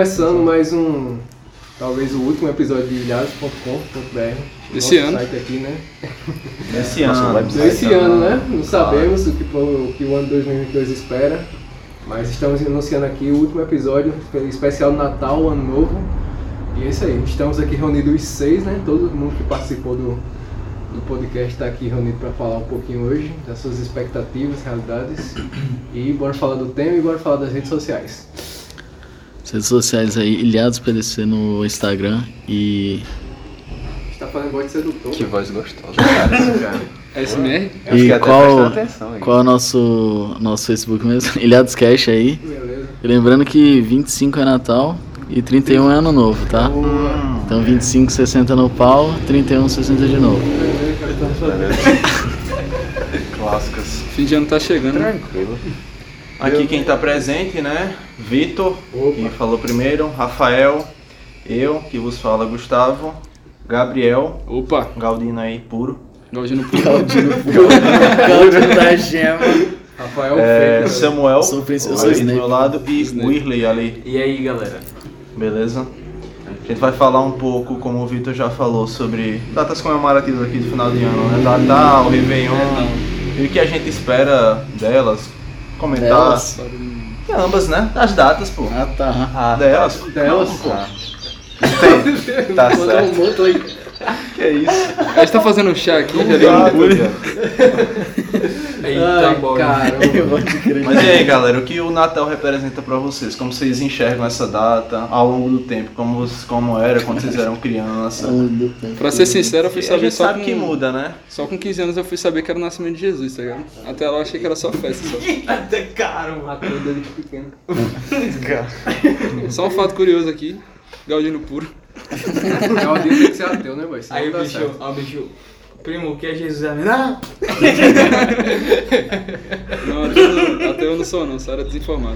Começando mais talvez o último episódio de ilhados.com.br. Esse ano. Site aqui, né? Esse ano, né? Não sabemos o que o ano 2022 espera, mas estamos anunciando aqui o último episódio especial Natal, Ano Novo. E é isso aí, estamos aqui reunidos os 6, né? Todo mundo que participou do podcast está aqui reunido para falar um pouquinho hoje das suas expectativas, realidades. E bora falar do tema e bora falar das redes sociais. As redes sociais aí, Ilhados PDC no Instagram e... Você tá fazendo voz de sedutor. Que voz gostosa, cara. É SMR? E qual é o nosso Facebook mesmo? Ilhados Cash aí. Beleza. E lembrando que 25 é Natal e 31 é Ano Novo, tá? Então 25, 60 no pau, 31, 60 de novo. Clássicas. Fim de ano tá chegando. Tranquilo. Aqui quem tá presente, né? Vitor, que falou primeiro, Rafael, eu, que vos fala, Gustavo, Gabriel, Opa, Galdino aí, puro, Galdino puro. Galdino da Gema. Rafael Samuel, Sou o Príncipe, ali do Snape. meu lado, e Snape. Whirley ali, E aí, galera? beleza? A gente vai falar um pouco, como o Vitor já falou, sobre datas comemorativas aqui do final de ano, né? Natal, Réveillon, e o que a gente espera delas, comentar. Delas. Ambas, né? Das datas, pô. Ah, tá. Delas, pô. Tá Mandar certo. um manto aí. Que é isso? A gente tá fazendo um chá aqui, já deu Ah, um puro. Eita, boy. Caramba. Mas e aí, galera, o que o Natal representa pra vocês? Como vocês enxergam essa data ao longo do tempo? Como era quando vocês eram criança? Pra ser sincero, eu fui A saber gente só sabe com... que muda, né? Só com 15 anos eu fui saber que era o nascimento de Jesus, tá ligado? Até lá eu achei que era só festa. Até caro, mano. Matando desde pequeno. Só um fato curioso aqui, Galdino puro. É o dia tem que ser ateu, né, boy? Senão Aí não o dá bicho, certo. ó, o bicho, primo, o que é Jesus? Não! Não, até eu não sou não, só era desinformado.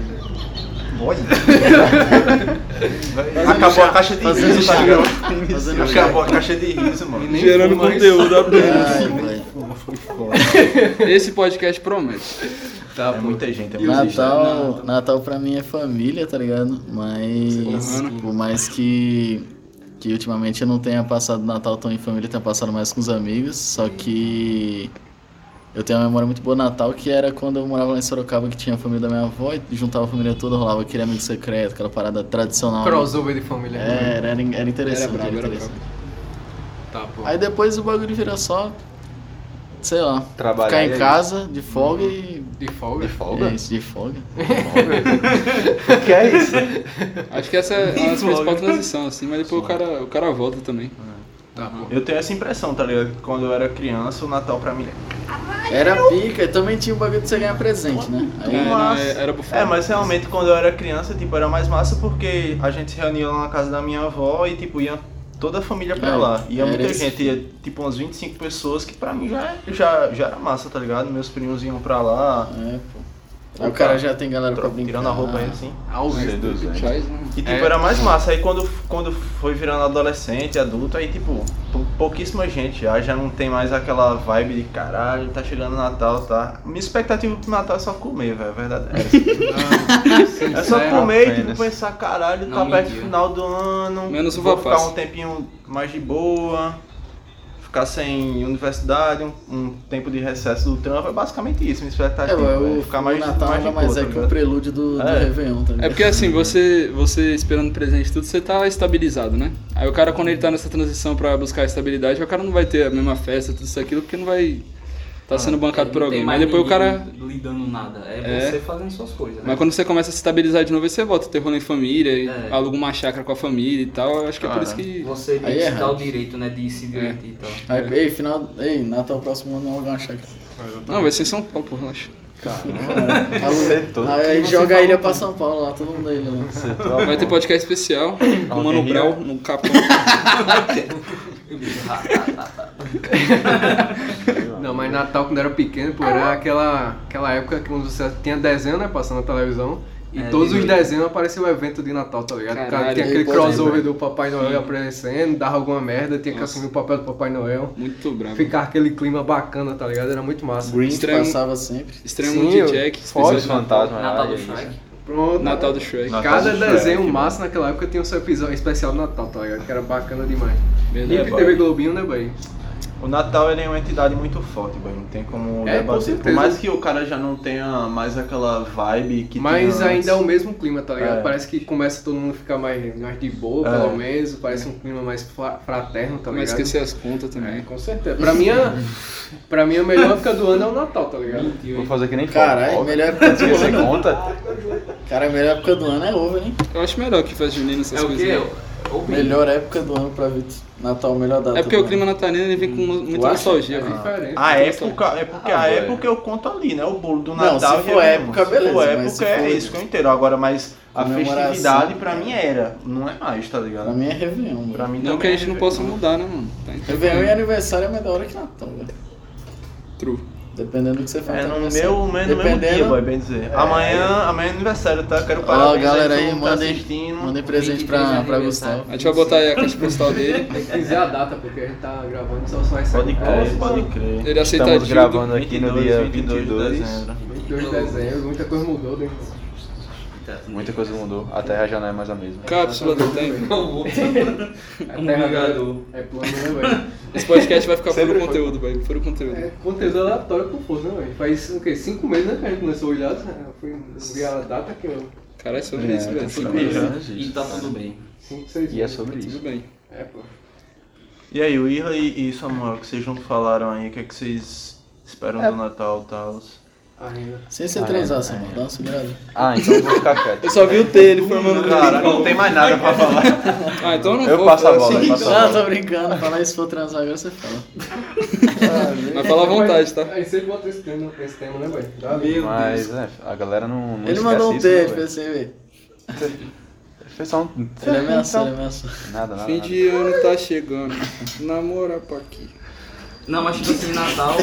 Acabou a caixa de Fazendo riso, tá chá. ligado? Fazendo Acabou a caixa de riso, mano. Nem Gerando fuma, conteúdo apenas. Ai, velho. Esse podcast promete. Tá, É pô. muita gente, é muita gente. Natal pra mim é família, tá ligado? Mas por mais que ultimamente eu não tenha passado Natal tão em família, tenha passado mais com os amigos, só que eu tenho uma memória muito boa do Natal, que era quando eu morava lá em Sorocaba, que tinha a família da minha avó, e juntava a família toda, rolava aquele amigo secreto, aquela parada tradicional. Crossover de família. Era interessante. Era brabo, era interessante. Tá, pô. Aí depois o bagulho vira só, sei lá, Trabalhar ficar é em isso. casa de folga e... De folga? Folga? É isso, de folga. O que é isso? Acho que essa é a nossa principal transição, assim, mas depois o cara volta também. Tá, pô. Eu tenho essa impressão, tá ligado? Quando eu era criança, o Natal pra mim... Era pica, e também tinha o bagulho de você ganhar presente, né? Aí, Era bufado. É, mas realmente quando eu era criança, tipo, era mais massa porque a gente se reunia lá na casa da minha avó e, tipo, ia toda a família pra lá. Ia era muita esse. gente, ia, tipo, umas 25 pessoas, que pra mim já era massa, tá ligado? Meus primos iam pra lá, pô. Aí o cara já tem galera pra brincar. tirando a roupa aí, assim. Ao vivo. Chás, né? E, tipo, era mais massa. Aí quando foi virando adolescente, adulto, aí, tipo, pouquíssima gente já não tem mais aquela vibe de caralho, tá chegando o Natal, tá? Minha expectativa pro Natal é só comer, velho, a verdade é essa. É só comer e, tipo, pensar, caralho, tá Não perto do mentiu. final do ano, Menos vou uva ficar passa. um tempinho mais de boa, ficar sem universidade, um tempo de recesso do trampo, é basicamente isso, minha expectativa, o ficar mais Natal mais de nada mais boa, é tá que o ligado? prelúdio do Réveillon, tá ligado? É porque assim, você esperando presente e tudo, você tá estabilizado, né? Aí o cara, quando ele tá nessa transição pra buscar estabilidade, o cara não vai ter a mesma festa, tudo isso aquilo, porque não vai tá sendo bancado por alguém. Mas depois o cara... lidando nada, é você fazendo suas coisas, né? Mas quando você começa a se estabilizar de novo, aí você volta a ter rolê em família, e aluga uma chácara com a família e tal. Eu acho que é por isso que... Você Aí se é dá errado. o direito, né, de se divertir e tal. Aí, Natal próximo ano não vou achar. Não, vai ser em São Paulo, pô, relaxa. Aí joga a ilha pra São Paulo lá, todo mundo aí, né? Vai ter podcast especial com o Mano Brau no capão. Não, mas Natal quando era pequeno, pô, era aquela época que quando você tinha desenho, né, passando na televisão. E todos os desenhos apareciam o evento de Natal, tá ligado? Caralho, Tinha aquele pô, crossover lembra? do Papai Noel aparecendo, dava alguma merda, tinha que assumir o papel do Papai Noel. Muito bravo. Ficar aquele clima bacana, tá ligado? Era muito massa. Grinch Extremo. passava sempre. Extremo Sim, de Jack, foda. especial. Fantasma Natal do lá, Shrek. Pronto. Natal do Shrek. Natal Cada do Shrek, desenho mano. massa naquela época tinha o seu episódio especial do Natal, tá ligado? Que era bacana demais. Verdade. E TV Globinho, né, boy? O Natal ele é uma entidade muito forte, boy. Não tem como É, com debater. Por certeza. mais que o cara já não tenha mais aquela vibe que Mas tinha ainda antes. é o mesmo clima, tá ligado? É. Parece que começa todo mundo a ficar mais de boa, É. pelo menos. Parece um clima mais fraterno, tá Não ligado? esquecer as contas É, também. com certeza. Pra mim, a melhor época do ano é o Natal, tá ligado? Vou fazer que nem Caralho, foca. melhor época do Esquecer ano. conta. Cara, a melhor época do ano é ovo, hein? Eu acho melhor que festa junina essas É o coisas. quê? né? Melhor época do ano pra Vitor. Natal, melhor data. É porque do o clima natalino ele vem com muita acha? nostalgia. É velho. diferente. A época, é porque Ah, a boy. época eu conto ali, né? O bolo do Não, Natal se e for Réveillon. época, beleza, Se for mas época se é for isso que eu entendo. Agora, mas a comemoração, festividade pra mim era. Não é mais, tá ligado? Pra mim é Réveillon, mano. Pra mim Não também que a gente é não possa Réveillon. mudar, né, mano? Tá Réveillon e aniversário é mais da hora que Natal, velho. True. Dependendo do que você faz. É no aniversário. meu mesmo dia, boy, bem dizer. Amanhã é aniversário, tá? Quero Ó, parabéns galera todo aí, mundo que tá mandem assistindo. presente pra 23 Gustavo. A gente vai botar aí a caixa postal dele. Tem que dizer a data, porque a gente tá gravando só recebe. Pode crer, pode crer. Ele aceita Estamos dildo. gravando aqui no dia 22 de 22. dezembro. 22 de dezembro, muita coisa mudou, né? Muita coisa mudou. A Terra já não é mais a mesma. Cápsula do tempo. A terra Ligador. é plano, né, velho? Esse podcast vai ficar Sempre puro conteúdo, velho. Puro conteúdo. É conteúdo aleatório com força, né, velho? Faz o quê? 5 meses, né, que a gente começou o Ilhados, né? Foi ver a data que eu... Caralho, é sobre isso, velho. Cinco meses. E tá tudo bem. 5, 6 E é sobre isso. Tudo bem. É, pô. E aí, o Irra e Samuel, que vocês não falaram aí, o que é que vocês esperam do Natal e tal? Ainda. Sem ser transar, Samuel. Dá uma segurada. Ah, então eu vou ficar quieto. Eu só vi o T, ele formando Cara, não tem mais nada pra falar. Ah, então eu não Eu vou. passo a bola, assim, eu passo a Ah, bola. tô brincando. Fala aí, se for transar agora você fala. Vai falar à vontade, tá? Aí sempre bota esse tema, né, velho? Dá ali. Mas, né, a galera não Ele esquece mandou um isso, né, texto, velho? pensei, velho. Foi só um... Ele ameaçou, ele ameaçou. Nada, nada. Fim nada. de ano tá chegando. Namora pra aqui. Não, mas tipo assim, Natal.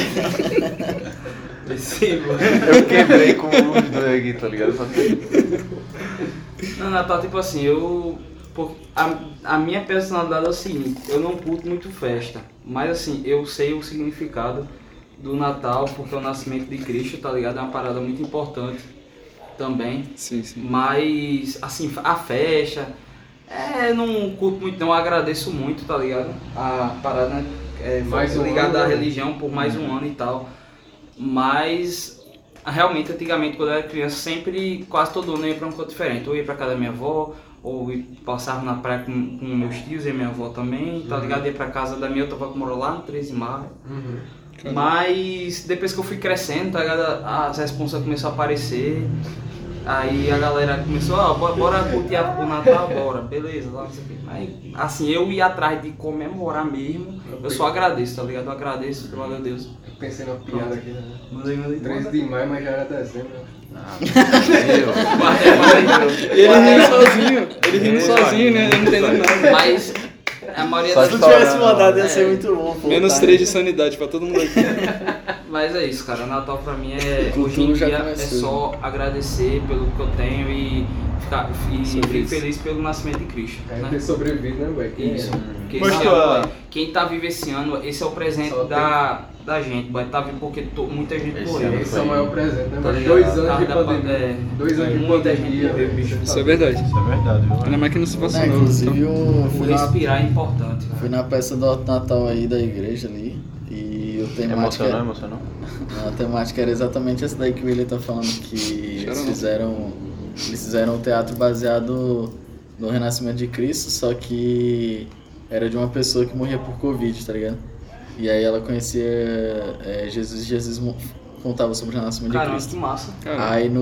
Percebo. Eu quebrei com os dois aqui, tá ligado? Só que- No Natal, tipo assim, a minha personalidade é o seguinte, eu não curto muito festa, mas assim, eu sei o significado do Natal, porque é o nascimento de Cristo, tá ligado? É uma parada muito importante também, Sim, sim. mas assim, a festa, eu não curto muito não, eu agradeço muito, tá ligado? A parada Mais um ligada à ano. religião por mais um ano e tal, mas realmente antigamente quando eu era criança sempre, quase todo ano eu ia pra um canto diferente, ou ia pra casa da minha avó, ou passava na praia com meus tios e minha avó também, tá ligado? Ia pra casa da minha outra avó que morou lá no 13 de Maio. Mas depois que eu fui crescendo, tá ligado? As responsas começaram a aparecer. Aí a galera começou, bora curtir o Natal, bora, beleza, lá, não sei o quê. Aí, assim, eu ia atrás de comemorar mesmo, eu só agradeço, tá ligado? Eu agradeço, glória a Deus. Eu pensei numa piada aqui, né? Mandei. 13 de maio, mas já era dezembro. Ele rindo sozinho. Ele rindo sozinho, né? Ele não entendendo nada. Mas a maioria Só das Se de tu tivesse Estourando. mandado ia ser muito bom, pô. Menos tá? 3 de sanidade pra todo mundo aqui. Mas é isso, cara. O Natal pra mim hoje em Futuro já dia é começou. só agradecer pelo que eu tenho e ficar Sobre isso. feliz pelo nascimento de Cristo. É Né? ter sobrevivido, né, velho? Que Isso. Porque Mas esse tu, ano, quem tá vivo esse ano, esse é o presente Só da gente, vai tá vivo porque muita gente Esse morreu. ano Esse é o maior presente, né? Tá Mas ligado? 2 anos de Tá da pandemia. é, 2 anos de muita gente pandemia, morreu, velho. bicho. Isso é verdade. Isso é verdade, viu? Ainda mais que não se É, vacinou. inclusive então. eu O respirar é importante. fui na peça do Alto Natal aí da igreja ali. E o temática, Emocionou? a temática era exatamente essa daí que o William tá falando, que Chora eles não. fizeram um teatro baseado no renascimento de Cristo, só que era de uma pessoa que morria por Covid, tá ligado? E aí ela conhecia Jesus e Jesus contava sobre o renascimento de Caramba, Cristo. que massa. Cara, Aí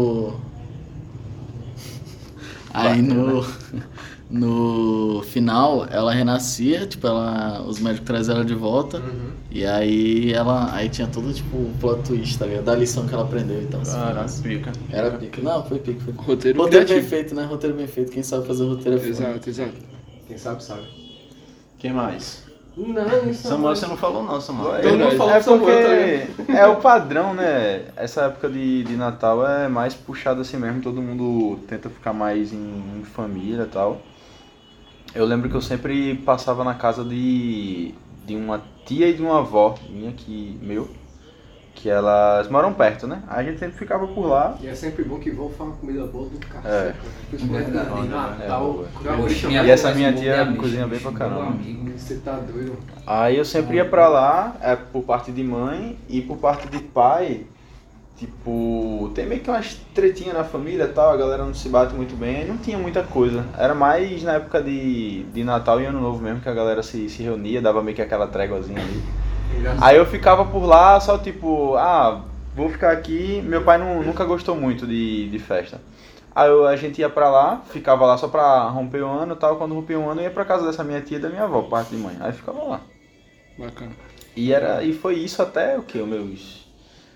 no final ela renascia, tipo, os médicos trazem ela de volta. E aí aí tinha todo tipo o plot twist, tá ligado? Da lição que ela aprendeu e tal. assim. Caraca, pica. Era pica. Não, foi pica. Foi. roteiro Roteiro bem criativo. feito, né? Roteiro bem feito. Quem sabe fazer roteiro é foda. Exato, exato. Quem sabe, sabe. Quem mais? Não, isso Samuel, você não falou não, Samuel. Todo mundo falou É que Samuel, tá porque é o padrão, né? Essa época de Natal é mais puxado assim mesmo, todo mundo tenta ficar mais em família e tal. Eu lembro que eu sempre passava na casa de uma tia e de uma avó minha, que elas moram perto, né? A gente sempre ficava por lá. E é sempre bom que vão fazer uma comida boa do cacete. É. Principalmente Verdade, de Natal. E essa minha tia cozinha bem pra caramba. Você tá doido. Aí eu sempre ia pra lá, por parte de mãe, e por parte de pai, tipo, tem meio que umas tretinhas na família e tal, a galera não se bate muito bem, aí não tinha muita coisa. Era mais na época de Natal e Ano Novo mesmo, que a galera se reunia, dava meio que aquela tréguazinha ali. Aí eu ficava por lá, só tipo, vou ficar aqui. Meu pai nunca gostou muito de festa. Aí a gente ia pra lá, ficava lá só pra romper o ano e tal. Quando rompia o ano, eu ia pra casa dessa minha tia e da minha avó, parte de mãe. Aí ficava lá. Bacana. E foi isso até o quê? Os meus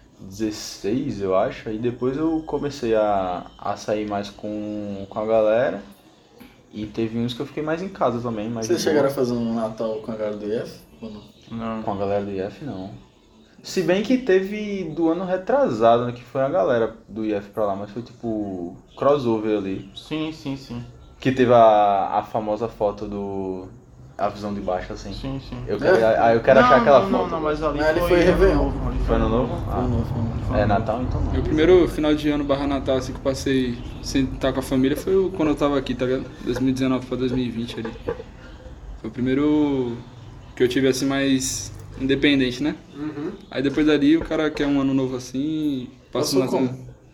16, eu acho. Aí depois eu comecei a sair mais com a galera. E teve uns que eu fiquei mais em casa também. Vocês chegaram a fazer um Natal com a galera do IF? Ou não? Não. Com a galera do IF, não. Se bem que teve do ano retrasado, né? Que foi a galera do IF pra lá. Mas foi tipo crossover ali. Sim. Que teve a famosa foto a visão de baixo, assim. Sim. Eu quero achar aquela foto. Não, mas ali Ali foi Réveillon. Foi Ano Novo? É Natal, então não. Meu primeiro final de ano / Natal, assim, que eu passei sem estar com a família foi quando eu tava aqui, tá ligado? 2019 pra 2020 ali. Foi o primeiro que eu tive, assim, mais independente, né? Uhum. Aí depois dali o cara quer um ano novo assim, passa o Passou Natal.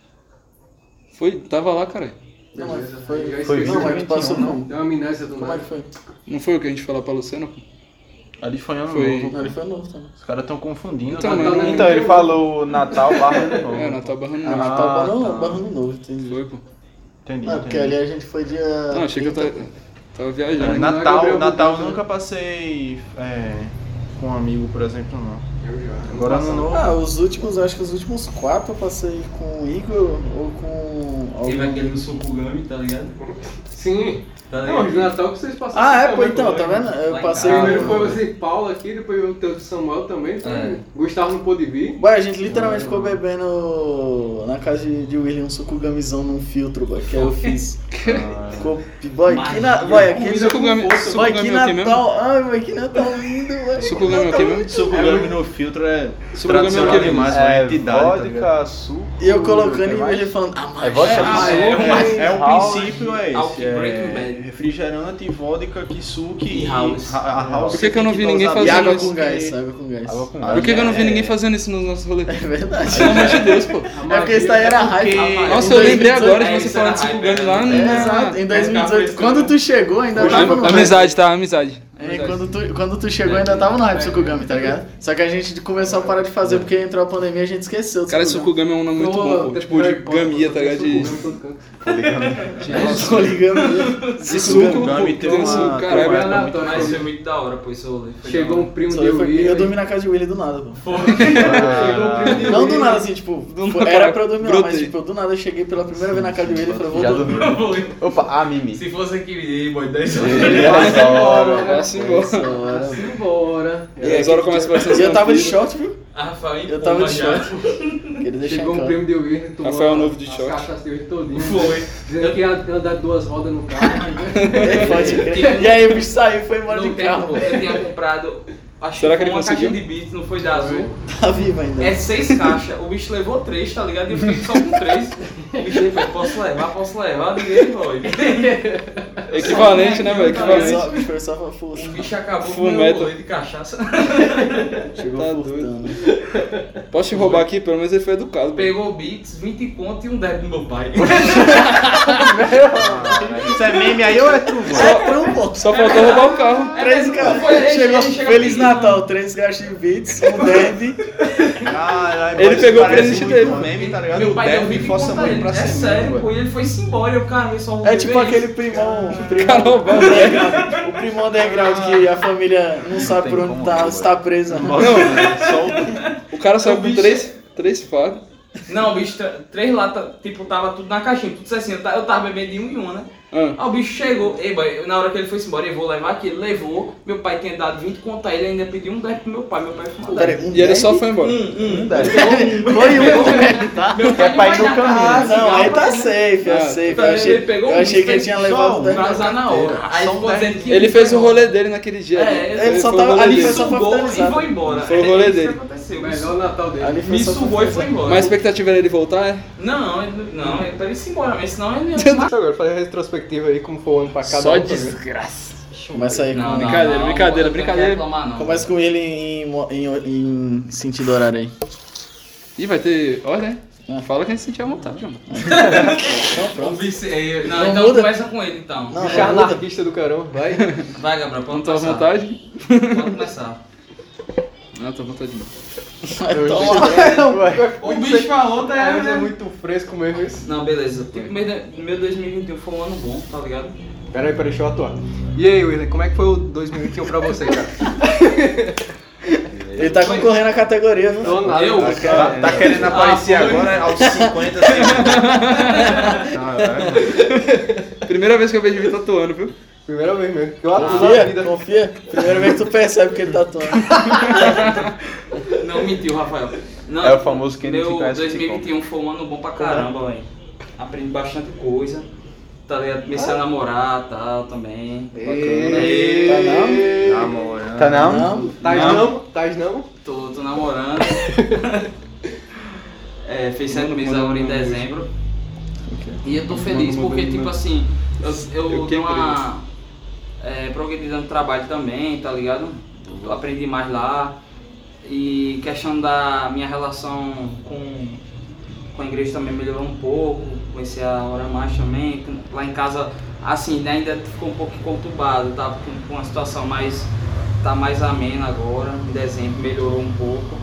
como? Tava lá, cara. Não, mas Beleza. foi... Já Foi esqueci. Não, mas passou como? Deu uma amnésia do Como é nada. que foi? Não foi o que a gente falou pra Luciana? Ali foi Ano Foi. Novo. Não, ele foi novo também. Os caras estão confundindo. Então, né? não, não. Então, ele falou Natal / Ano Novo. É, Natal barra Ah, novo. Natal tá. barrando novo, entendi. Foi, pô. Entendi. Não, porque ali a gente foi dia... Não, achei que eu 30. tava viajando. Natal eu Gabriel, nunca passei com um amigo, por exemplo, não. Eu já. Agora Ano Novo. Acho que os últimos 4 eu passei com o Igor ou com... Teve aquele do Sukugami, tá ligado? Sim. Tá Não, ligado? de Natal que vocês passaram. Ah, é, com pô, o então, Paulo, tá né? vendo? Eu Lá em passei... casa. Primeiro foi você, Paulo aqui, depois o teu Samuel também. É. Gustavo não pôde vir. Boy, a gente literalmente ficou bebendo na casa de William um sucugamizão num filtro, boy, que eu fiz. Ficou... Boy, que na... Boy, aquele... Sukugami Boy, que Sukugami é o quê mesmo? Natal... Ai, boy, que Natal lindo, boy. Sukugami é o quê mesmo? Sukugami no filtro é Sukugami é o tradicional quê? demais, uma É entidade. tá ligado? vodka, suco... E eu colocando tem e mais? ele falando... É vodka, O princípio é Alck esse. Breaking Bad. Refrigerante, vodka, kisuke E house. a house. Por que eu não vi tem ninguém dosar E fazendo água isso? com gás, água com gás. Água com Por que eu não vi É. ninguém fazendo isso nos nossos rolês? É verdade. Pelo amor de Deus, pô. É porque isso aí era hype. Nossa, eu lembrei agora de é, você isso falando era de hype, Sukugami é. lá É, exato, em 2018. Quando tu chegou, ainda tava no Amizade, tá? Amizade. É, quando tu chegou ainda tava no hype Sukugami, tá ligado? Só que a gente começou a parar de fazer porque entrou a pandemia e a gente esqueceu do Cara, Sukugami é um nome muito bom, pô. Tipo, de gamia, tá ligado? De Poligami. de suco, pô. Sukugami tem Tem uma- suco, tem caralho. uma- Aleatório. Mas foi muito da hora, pô, esse rolê. Foi Chegou da um primo Só de eu William. dormi na casa de Willy do nada, pô. Chegou um primo de Não do William. nada, assim, tipo, nada, era pra eu dormir lá, mas brotei. tipo, eu do nada eu cheguei pela primeira vez na casa de Willy e falei, vou Já dormir. dormiu. Opa, a Mimi. Se fosse aqui, boy, 10 horas. Vai assim embora. Embora. E aí, agora começa a aparecer E eu tava de vampiro. short, viu? Ah, Rafael, Eu tava de já. short. Queria deixar Chegou em um casa. primo de William, tomou Rafael Novo de as short. cachaças de William todinho. Foi. Dizendo que ia andar 2 rodas no carro. Pode crer. E aí o bicho saiu e foi embora No de tempo, carro. eu tinha comprado, acho Será que que foi ele uma caixa conseguiu? de beats, não foi da Azul. Tá vivo ainda. É 6 caixas, o bicho levou 3, tá ligado? E eu fiquei só com 3. O bicho falou, posso levar, ninguém foi. Equivalente, né, velho? O Equivalente. bicho foi só pra força. O bicho acabou com o Full meu metal. rolê de cachaça. Chegou Tá furtando. Posso te roubar aqui? Pelo menos ele foi educado. pô. Pegou beats, 20 conto e um débito do meu pai. Isso é meme aí ou é tu, mano? É trumbo. Só faltou roubar o carro. Três caras. Chegou Feliz Natal, 3 caixas de beats, um derby. Caralho, Ele mas pegou o parece presente muito dele. meme, tá ligado? Meu O pai deu Derby 20 força conto a muito ele. pra É cima, sério, velho. pô, e ele foi-se embora. Eu, cara, eu só vou É tipo beber aquele isso. primão Caramba. underground. O primão underground que a família não sabe por onde tá, está presa. O cara saiu com três facas. Não, o bicho, 3 latas, tipo, tava tudo na caixinha, tudo certinho. Eu tava bebendo de um em uma, né? Aí o bicho chegou, ei, boy, na hora que ele foi embora, eu vou levar aqui, ele levou. Meu pai tinha dado 20 conto a ele, ainda pediu um 10 pro meu pai fumou. Peraí, E ele só foi embora. Foi um, tá? Meu pai pai no vai na caminho. casa, Não, aí tá vai- safe, é safe. Então, ele pegou Eu um achei que ele fez tinha só levado um 10 vazar na hora. Aí ficou dizendo que... Ele fez o rolê dele naquele dia. É, ele só Foi o tava rolê ali, dele. foi só pra Sugou e finalizar. foi embora. Foi o rolê dele. aconteceu. Melhor Natal dele. Ali foi Me só sugou e foi surpresa. embora. Mas a expectativa era ele voltar, é? Não, ele pra ele ir embora, mas senão ele ia... Agora, faz a retrospectiva aí, como foi o ano pra cada Só um. pra ver. desgraça. Começa aí Não, com... não, Brincadeira, não, brincadeira, não brincadeira. quero reclamar, não. Começa com ele em sentido horário aí. Ih, vai ter. Olha, Ah. fala que a gente sentir à vontade, mano. Então O pronto. vice, não, Não então muda? começa com ele então. Não, Bicho anarquista do caramba, vai. Vai, Gabriel, Não pode tô à começar. vontade? Pode começar. Não, tô à vontade não. O bicho falou, tá Mas é muito fresco mesmo isso. Não, beleza. Tipo, meu 2021 foi um ano bom, tá ligado? Peraí, deixa eu atuar. E aí, William, como é que foi o 2021 pra você, cara? Ele tá concorrendo à categoria, viu? Tô nada. Eu? Tá querendo aparecer foi. agora aos 50 segundos. Primeira vez que eu vejo ele tatuando, viu? Primeira vez mesmo. Que eu atuo na vida. Confia. Primeira vez que tu percebe que ele tá atuando. Não mentiu, Rafael. Não, É o famoso quem não te meu conhece, 2021 foi um ano bom pra caramba, velho. Aprendi bastante coisa. Tá ligado? Comecei a namorar e tal também. Ei, Tá não? Namorando. Tá não? Não? Tás não? Tô namorando. Fez 7 meses agora em dezembro. E eu tô feliz porque, tipo assim, eu dei uma progredida no trabalho também, tá ligado? Eu aprendi mais lá. E questão da minha relação com a igreja também melhorou um pouco. Comecei a orar mais também. Lá em casa, assim, ainda ficou um pouco conturbado, tá? Com uma situação mais... Tá mais amena agora, em dezembro melhorou um pouco.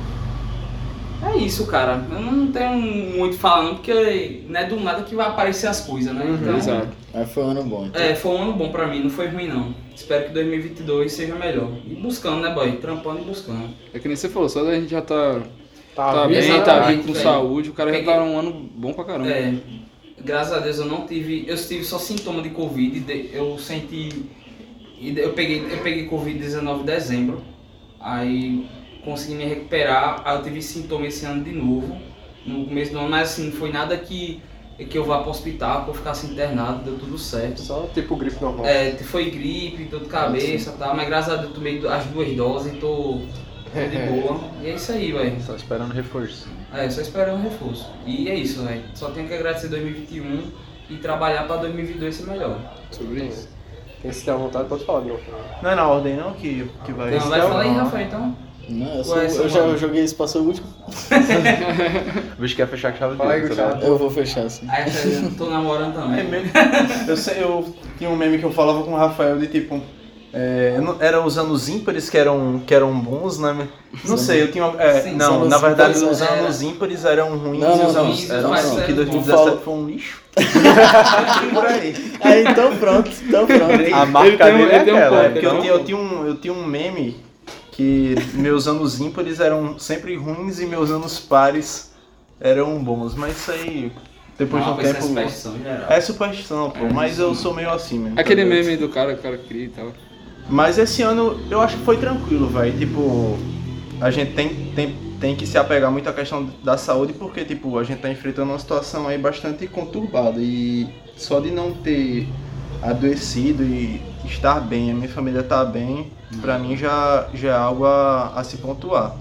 É isso, cara. Eu não tenho muito falando, porque não é do nada que vai aparecer as coisas, né? Então, Exato. Mas foi um ano bom. Então. foi um ano bom pra mim, não foi ruim não. Espero que 2022 seja melhor. E buscando, né, boy? Trampando e buscando. É que nem você falou, só da gente já tá bem, exatamente, tá vivo com velho. saúde, o cara já Peguei- tá um ano bom pra caramba. Graças a Deus eu não tive... Eu tive só sintoma de Covid, eu senti... Eu peguei Covid-19 em dezembro, aí consegui me recuperar, aí eu tive sintoma esse ano de novo, no começo do ano, mas assim, não foi nada que eu vá para o hospital, que eu ficasse internado, deu tudo certo. Só tipo gripe normal. Foi gripe, dor de cabeça e tal, mas graças a Deus eu tomei as 2 doses e tô de boa. E é isso aí, velho. Só esperando reforço. Só esperando reforço. E é isso, velho. Só tenho que agradecer 2021 e trabalhar para 2022 ser melhor. Sobre isso. Quem se der vontade pode falar de novo. Não é na ordem não que vai... Não, vai falar aí, Rafael, então. Não, Qual é essa, eu já mano? joguei isso, passou o último. O bicho quer fechar com chave de Fala aí, ouro, tá Gustavo. ligado? Eu vou fechar assim. Aí eu tô namorando também. É mesmo. Eu tinha um meme que eu falava com o Rafael de tipo... eram os anos ímpares que eram bons, né? Não sei, eu tinha... Sim, não, são na os verdade ímpares, os anos ímpares eram ruins Não, e os não, anos... não. Eram Mas assim, que é, 2017 foi um lixo. Por aí. Aí, então pronto, então pronto. A marca Ele tem um- dele é ele tem um aquela. ponto, Porque então- eu tinha um meme que meus anos ímpares eram sempre ruins e meus anos pares eram bons. Mas isso aí, depois de um Não, isso tempo... é superstição geral. É superstição, pô. Mas eu sou meio assim mesmo. Aquele tá ligado? meme do cara que o cara cria e tal. Mas esse ano eu acho que foi tranquilo, velho. Tipo, a gente tem que se apegar muito à questão da saúde, porque, tipo, a gente tá enfrentando uma situação aí bastante conturbada. E só de não ter adoecido e estar bem, a minha família tá bem, pra mim já é algo a se pontuar.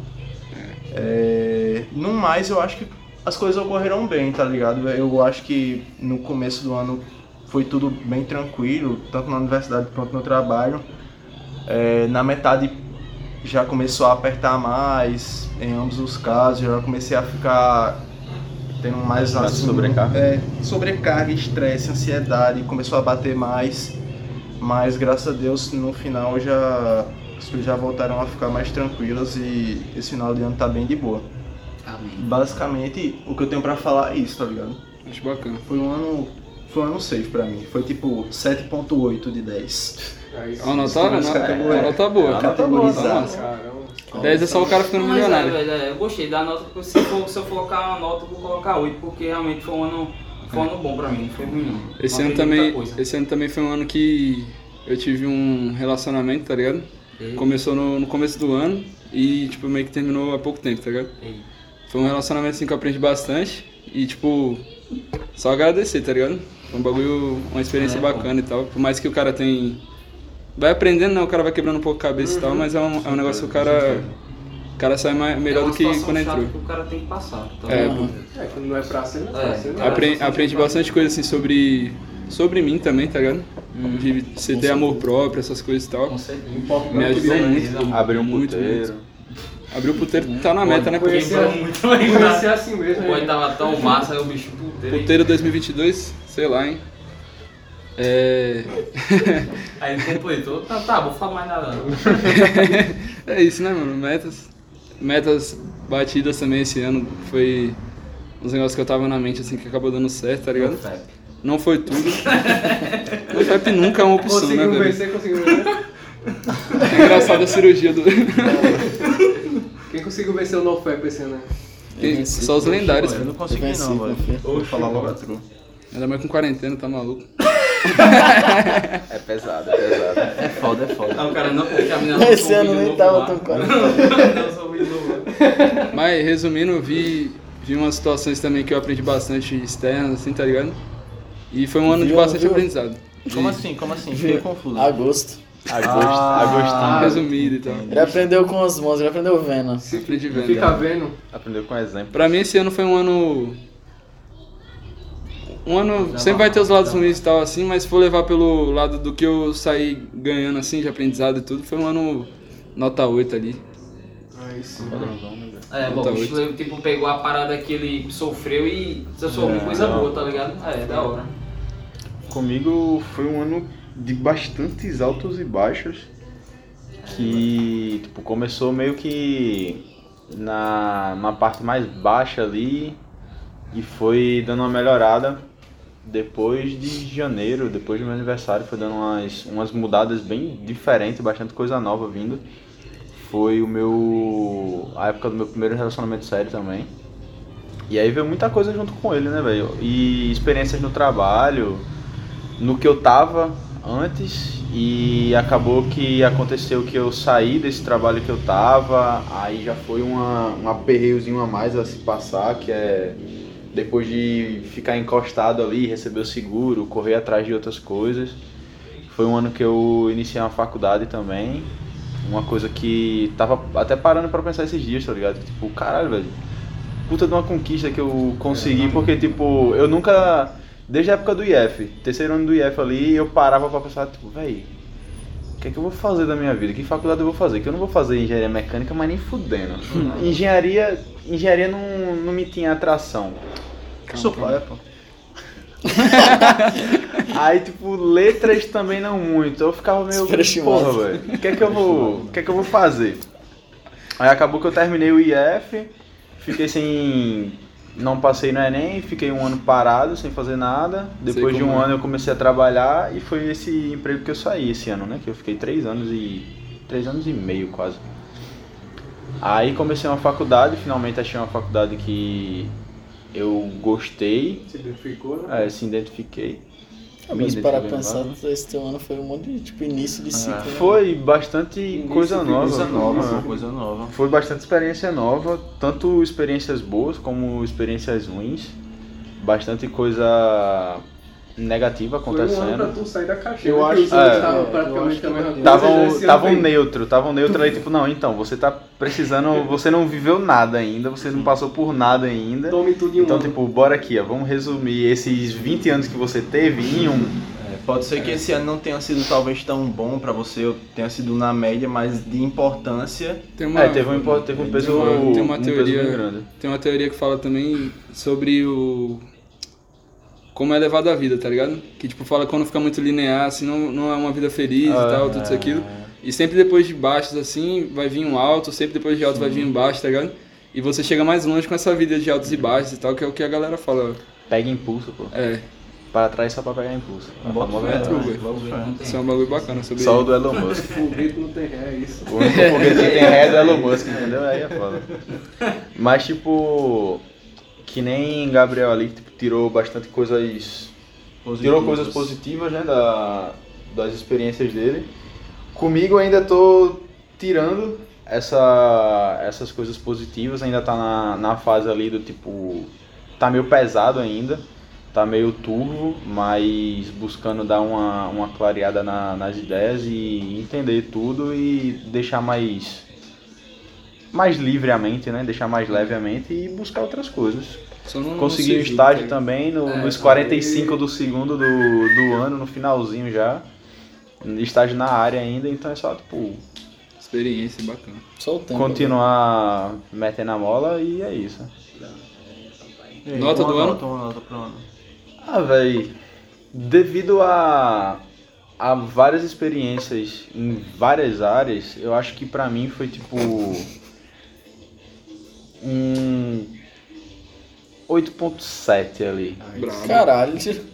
No mais, eu acho que as coisas ocorreram bem, tá ligado? Eu acho que no começo do ano foi tudo bem tranquilo, tanto na universidade quanto no trabalho. Na metade já começou a apertar mais, em ambos os casos, já comecei a ficar tendo mais sobrecarga. Sobrecarga, estresse, ansiedade, começou a bater mais, mas graças a Deus no final as coisas já voltaram a ficar mais tranquilas e esse final de ano tá bem de boa. Amém. Basicamente o que eu tenho pra falar é isso, tá ligado? Acho bacana. Foi um ano safe pra mim, foi tipo 7.8 de 10. Ó, a nota boa. Categorizado. Nossa. Caramba. 10 é só o cara ficando Mas milionário. velho, eu gostei da nota, porque se eu for colocar uma nota, eu vou colocar 8, porque realmente foi um ano bom pra mim, não foi ruim não. Esse Não ano, aprendi muita coisa. esse ano também foi um ano que eu tive um relacionamento, tá ligado? Ei, Começou no começo do ano e, tipo, meio que terminou há pouco tempo, tá ligado? ei. Foi um relacionamento, assim, que eu aprendi bastante e, tipo, só agradecer, tá ligado? Foi um bagulho, uma experiência É, bacana e tal. Por mais que o cara vai aprendendo, né? O cara vai quebrando um pouco a cabeça e tal, mas é um negócio que o cara cara sai melhor do que quando entrou. Que o cara tem que passar. Então, Quando não é pra ser, não é pra ser. Aprendi bastante coisa assim sobre mim também, tá ligado? De você ter amor próprio, essas coisas e tal. Com certeza. Me ajudou muito. Abrir um muito, puteiro. muito. Abrir o puteiro tá na meta, né? Conhecer assim mesmo. Pode tava tão massa, aí o bicho puteiro. Puteiro 2022, sei lá, hein? Aí ele completou, tá, vou falar mais nada não. É isso, né, mano? Metas batidas também esse ano. Foi uns negócios que eu tava na mente, assim, que acabou dando certo, tá ligado? Não foi tudo. O FEP nunca é uma opção, né, velho? Conseguiu vencer. É engraçado a cirurgia do... Quem conseguiu vencer o NoFap esse ano, né? Só os lendários, Eu velho. não consegui não, velho. Vou falar logo a true. Ainda mais com quarentena, tá maluco? É pesado, é pesado. É foda. Não, cara, não, porque a menina Esse ano nem tava tão claro. Mas, resumindo, vi umas situações também que eu aprendi bastante externas, assim, tá ligado? E foi um ano de bastante aprendizado. Como assim? Fiquei confuso. Agosto. Agostinho. Resumido e tal. Ele aprendeu com as mãos, ele aprendeu vendo. Aprendi vendo. Fica vendo. Aprendeu com exemplo. Pra mim, esse ano foi um ano... sempre vai ter os lados ruins e tal, assim, mas se for levar pelo lado do que eu saí ganhando, assim, de aprendizado e tudo, foi um ano nota 8 ali. Aí sim. Bom, o bicho tipo, pegou a parada que ele sofreu e transformou em coisa boa, tá ligado? Da hora. Comigo foi um ano de bastantes altos e baixos, que tipo, começou meio que na parte mais baixa ali e foi dando uma melhorada depois de janeiro, depois do meu aniversário, foi dando umas mudadas bem diferentes, bastante coisa nova vindo. Foi a época do meu primeiro relacionamento sério também. E aí veio muita coisa junto com ele, né, velho? E experiências no trabalho, no que eu tava antes, e acabou que aconteceu que eu saí desse trabalho que eu tava, aí já foi um aperreiozinho a mais a se passar, que é depois de ficar encostado ali, receber o seguro, correr atrás de outras coisas. Foi um ano que eu iniciei uma faculdade também, uma coisa que tava até parando pra pensar esses dias, tá ligado? Tipo, caralho, velho, puta de uma conquista que eu consegui, porque tipo, eu nunca... Desde a época do IF, terceiro ano do IF ali, eu parava pra pensar, tipo, véi, o que é que eu vou fazer da minha vida? Que faculdade eu vou fazer? Que eu não vou fazer engenharia mecânica, mas nem fudendo. Engenharia não me tinha atração. Sou pai, pô. Aí, tipo, letras também não muito. Eu ficava meio, porra, velho, o que é que eu vou fazer? Aí acabou que eu terminei o IF, fiquei sem... Não passei no Enem, fiquei um ano parado, sem fazer nada. Depois de um ano eu comecei a trabalhar e foi esse emprego que eu saí esse ano, né? Que eu fiquei 3 anos e meio quase. Aí comecei uma faculdade, finalmente achei uma faculdade que eu gostei. Se identificou, né? Se identifiquei. Mas para pensar, esse teu ano foi um monte de tipo, início de ciclo. Foi bastante coisa nova. Coisa nova. Foi bastante experiência nova, tanto experiências boas como experiências ruins. Bastante coisa negativa acontecendo. Foi um ano pra tu sair da caixinha. Eu acho que tava praticamente a mesma coisa. Tavam neutro aí, tipo, não, então, você tá precisando, você não viveu nada ainda, você não passou por nada ainda. Tome tudo em um Então, ano. tipo, bora aqui, ó, vamos resumir esses 20 anos que você teve em um. Pode ser que esse ano não tenha sido talvez tão bom pra você, ou tenha sido na média, mas de importância. Teve um peso bem grande. Tem uma teoria que fala também sobre como é levado a vida, tá ligado? Que tipo, fala quando fica muito linear, assim, não é uma vida feliz e tal, tudo isso aquilo. E sempre depois de baixos, assim, vai vir um alto, sempre depois de alto vai vir um baixo, tá ligado? E você chega mais longe com essa vida de altos e baixos e tal, que é o que a galera fala. Pega impulso, pô. Para trás só pra pegar impulso. Isso é um bagulho bacana sobre só o do Elon Musk. Foguete não tem ré, é isso. O único foguete que tem ré é do Elon Musk, entendeu? Aí é foda. Mas tipo... Que nem Gabriel ali, tipo, tirou bastante coisas positivas, né, das experiências dele. Comigo ainda tô tirando essas coisas positivas, ainda tá na fase ali do tipo, tá meio pesado ainda, tá meio turvo, mas buscando dar uma clareada nas ideias e entender tudo e deixar mais mais livre a mente, né? Deixar mais leve a mente e buscar outras coisas. Não Consegui um estágio também nos 45 do segundo do ano, no finalzinho já. Estágio na área ainda, então é só, tipo... Experiência bacana. Só o tempo. Continuar metendo a mola e é isso. Nota do ano? Uma nota pro ano. Véi, devido a várias experiências em várias áreas, eu acho que pra mim foi tipo... 8.7 ali. Bravo. Caralho.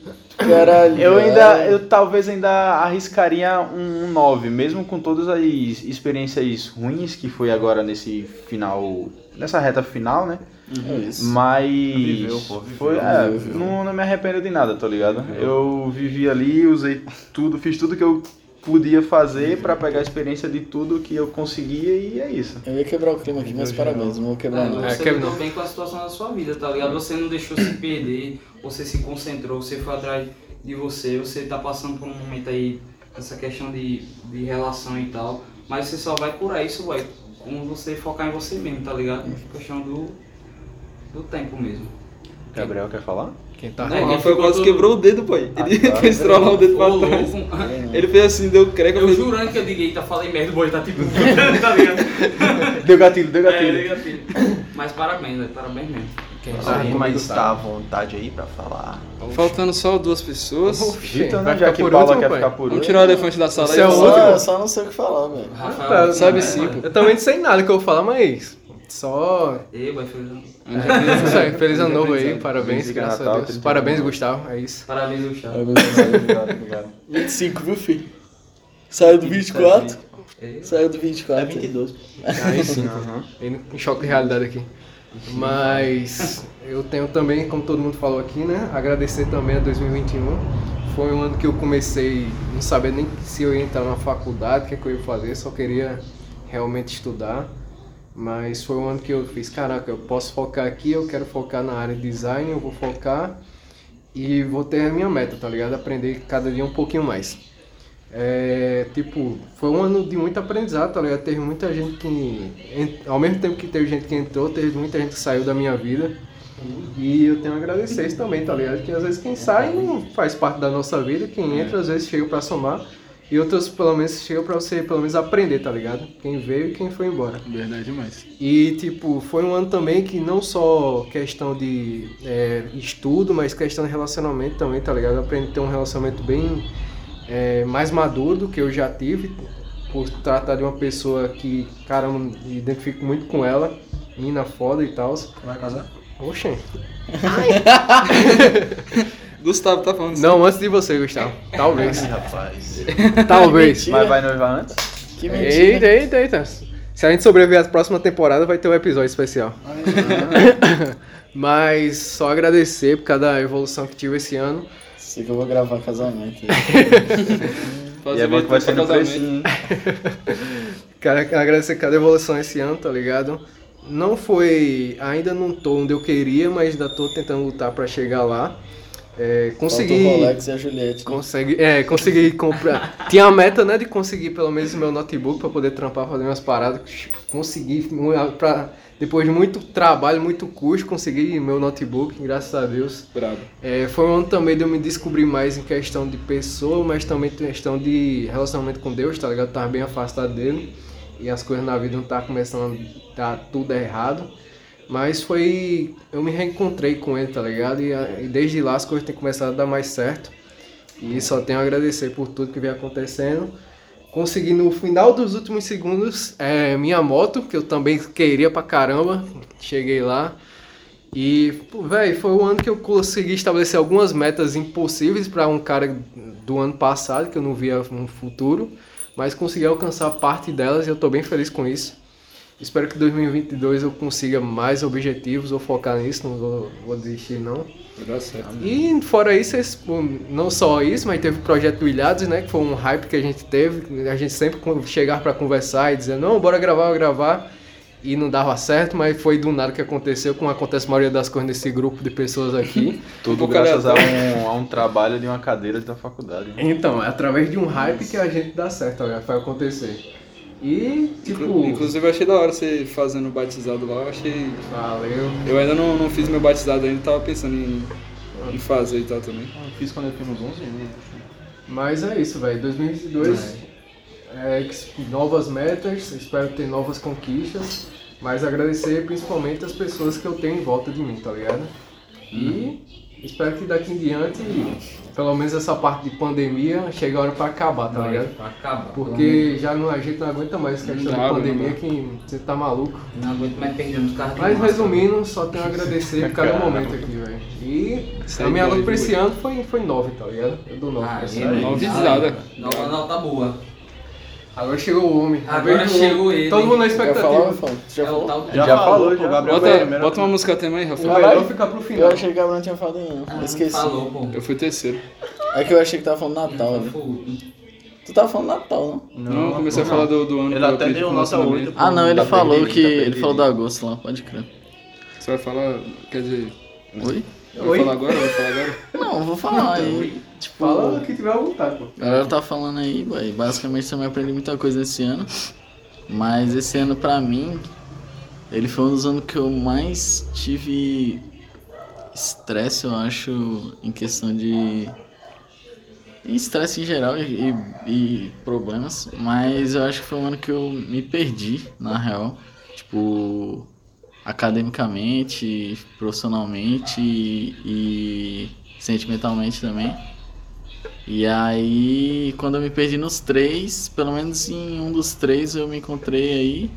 Eu talvez ainda arriscaria um 9, mesmo com todas as experiências ruins que foi agora nesse final, nessa reta final, né? Isso. Mas Viveu. não me arrependo de nada, tá ligado? Eu vivi ali, usei tudo, fiz tudo que eu podia fazer pra pegar a experiência de tudo que eu conseguia e é isso. Eu ia quebrar o clima aqui, mas parabéns, não vou quebrar não. Você lidou bem com a situação da sua vida, tá ligado? Você não deixou se perder, você se concentrou, você foi atrás de você tá passando por um momento aí, essa questão de relação e tal, mas você só vai curar isso, vai, quando você focar em você mesmo, tá ligado? Questão do tempo mesmo. Gabriel quer falar? Quem tá O Rafael quase quebrou o dedo, pai. Ele fez trollar o dedo pra trás. Ele fez assim, deu creca. Eu jurando que eu digo, eita, falei merda, o boi tá tipo... tá ligado? Deu gatilho. Deu gatilho. Mas parabéns, velho, parabéns mesmo. Quem Quem mais tá à vontade aí pra falar? Faltando só 2 pessoas. Vitor, vai né? Já ficar que por Paula último, quer pai? ficar por Vamos último. tirar o elefante da sala Esse aí. é o Só- último. Eu só não sei o que falar, velho. Rafael, Sabe sim, pô. Eu também não sei nada que eu vou falar, mas só... Ei, vai, feliz Isso aí, feliz ano novo aí, parabéns, Feliz graças Natal, a Deus. feliz Parabéns, Natal. Gustavo, é isso. Parabéns, Gustavo. Obrigado. 25, viu, filho? Saiu do 24. Ei, Saiu do 24. É 22. Aí sim, em choque de realidade aqui. Mas eu tenho também, como todo mundo falou aqui, né, agradecer também a 2021. Foi um ano que eu comecei, não sabia nem se eu ia entrar na faculdade, o que é que eu ia fazer, só queria realmente estudar. Mas foi um ano que eu fiz, caraca, eu posso focar aqui, eu quero focar na área de design, eu vou focar e vou ter a minha meta, tá ligado? Aprender cada dia um pouquinho mais. Foi um ano de muito aprendizado, tá ligado? Teve muita gente que, ao mesmo tempo que teve gente que entrou, teve muita gente que saiu da minha vida. E eu tenho a agradecer isso também, tá ligado? Que às vezes quem sai não faz parte da nossa vida, quem entra às vezes chega pra somar. E outros pelo menos chegam pra você pelo menos aprender, tá ligado? Quem veio e quem foi embora. Verdade demais. E foi um ano também que não só questão de estudo, mas questão de relacionamento também, tá ligado? Eu aprendi a ter um relacionamento bem mais maduro do que eu já tive, por tratar de uma pessoa que, cara, eu me identifico muito com ela, mina foda e tal. Vai casar? Oxê. Gustavo tá falando Não, antes de você, Gustavo. Talvez. Rapaz. Talvez. Mas vai noivar antes? Que mentira. Eita. Se a gente sobreviver à próxima temporada, vai ter um episódio especial. Mas só agradecer por cada evolução que tive esse ano. Sei que eu vou gravar casamento. E é bom que vai ser no precinho, hein? Quero agradecer cada evolução esse ano, tá ligado? Ainda não tô onde eu queria, mas ainda tô tentando lutar pra chegar lá. Consegui. Falta o Rolex e a Juliette. Consegui comprar. Tinha a meta, né, de conseguir pelo menos o meu notebook pra poder trampar, fazer umas paradas. Consegui, depois de muito trabalho, muito custo, consegui meu notebook, graças a Deus. Bravo. Foi um ano também de eu me descobrir mais em questão de pessoa, mas também em questão de relacionamento com Deus, tá ligado? Eu tava bem afastado dele e as coisas na vida não estavam começando a dar tudo errado. Mas eu me reencontrei com ele, tá ligado? E desde lá as coisas têm começado a dar mais certo. E só tenho a agradecer por tudo que vem acontecendo. Consegui no final dos últimos segundos minha moto, que eu também queria pra caramba. Cheguei lá. E, foi um ano que eu consegui estabelecer algumas metas impossíveis pra um cara do ano passado, que eu não via um futuro. Mas consegui alcançar parte delas e eu tô bem feliz com isso. Espero que em 2022 eu consiga mais objetivos, vou focar nisso, não vou desistir não. Vai dar certo. E fora isso, não só isso, mas teve o projeto do Ilhados, né, que foi um hype que a gente teve. A gente sempre chegava pra conversar e dizer, não, bora gravar. E não dava certo, mas foi do nada que aconteceu, como acontece a maioria das coisas nesse grupo de pessoas aqui. Tudo graças a um trabalho de uma cadeira da faculdade. Né? Então, é através de um hype que a gente dá certo, vai acontecer. E, tipo... Inclusive eu achei da hora você fazendo o batizado lá, eu achei... Valeu. Eu ainda não fiz meu batizado ainda, tava pensando em fazer e tal também. Eu fiz quando eu tinha uns 11 anos. Mas é isso, velho. 2022, novas metas, espero ter novas conquistas, mas agradecer principalmente as pessoas que eu tenho em volta de mim, tá ligado? E espero que daqui em diante, pelo menos essa parte de pandemia, chegue a hora pra acabar, tá ligado? Pra acabar. Porque já não, a gente não aguenta mais essa questão de pandemia, que você tá maluco. Não aguento mais perder uns carros de Mas massa. resumindo, só tenho a agradecer por cada momento aqui, velho. E a minha nota pra esse ano foi 9, tá ligado? Eu dou 9 pra esse ano. Novidade. Nova tá boa. Agora chegou o homem. Agora chegou ele. Todo mundo na Quer expectativa. falar? Já É o falou? tal Já falou, o já. Gabriel Bota uma música tema aí, O Rafael. melhor ficar pro Eu final. achei que o Gabriel não tinha falado nenhum. Eu esqueci. Falou, pô. Eu fui terceiro. É que eu achei que tava falando Natal ali. Foi o último. Tu tava falando Natal, não? Não, eu comecei a falar do ano. Ele que eu até acredito deu no nota lançamento. 8. Ah, não, ele Tá falou perdido, que... tá Ele perdido. falou do agosto lá, pode crer. Você vai falar, quer dizer... Oi? Vai falar agora? Vai falar agora? Não, vou falar aí. Tipo, Fala o que tiver à vontade, pô. a galera tá falando aí, boy. Basicamente também aprendi muita coisa esse ano. Mas esse ano pra mim, ele foi um dos anos que eu mais tive estresse, eu acho, em questão de... Estresse em geral e problemas. Mas eu acho que foi um ano que eu me perdi, na real. Tipo, academicamente, profissionalmente e sentimentalmente também. E aí, quando eu me perdi nos 3, pelo menos em um dos 3 eu me encontrei aí.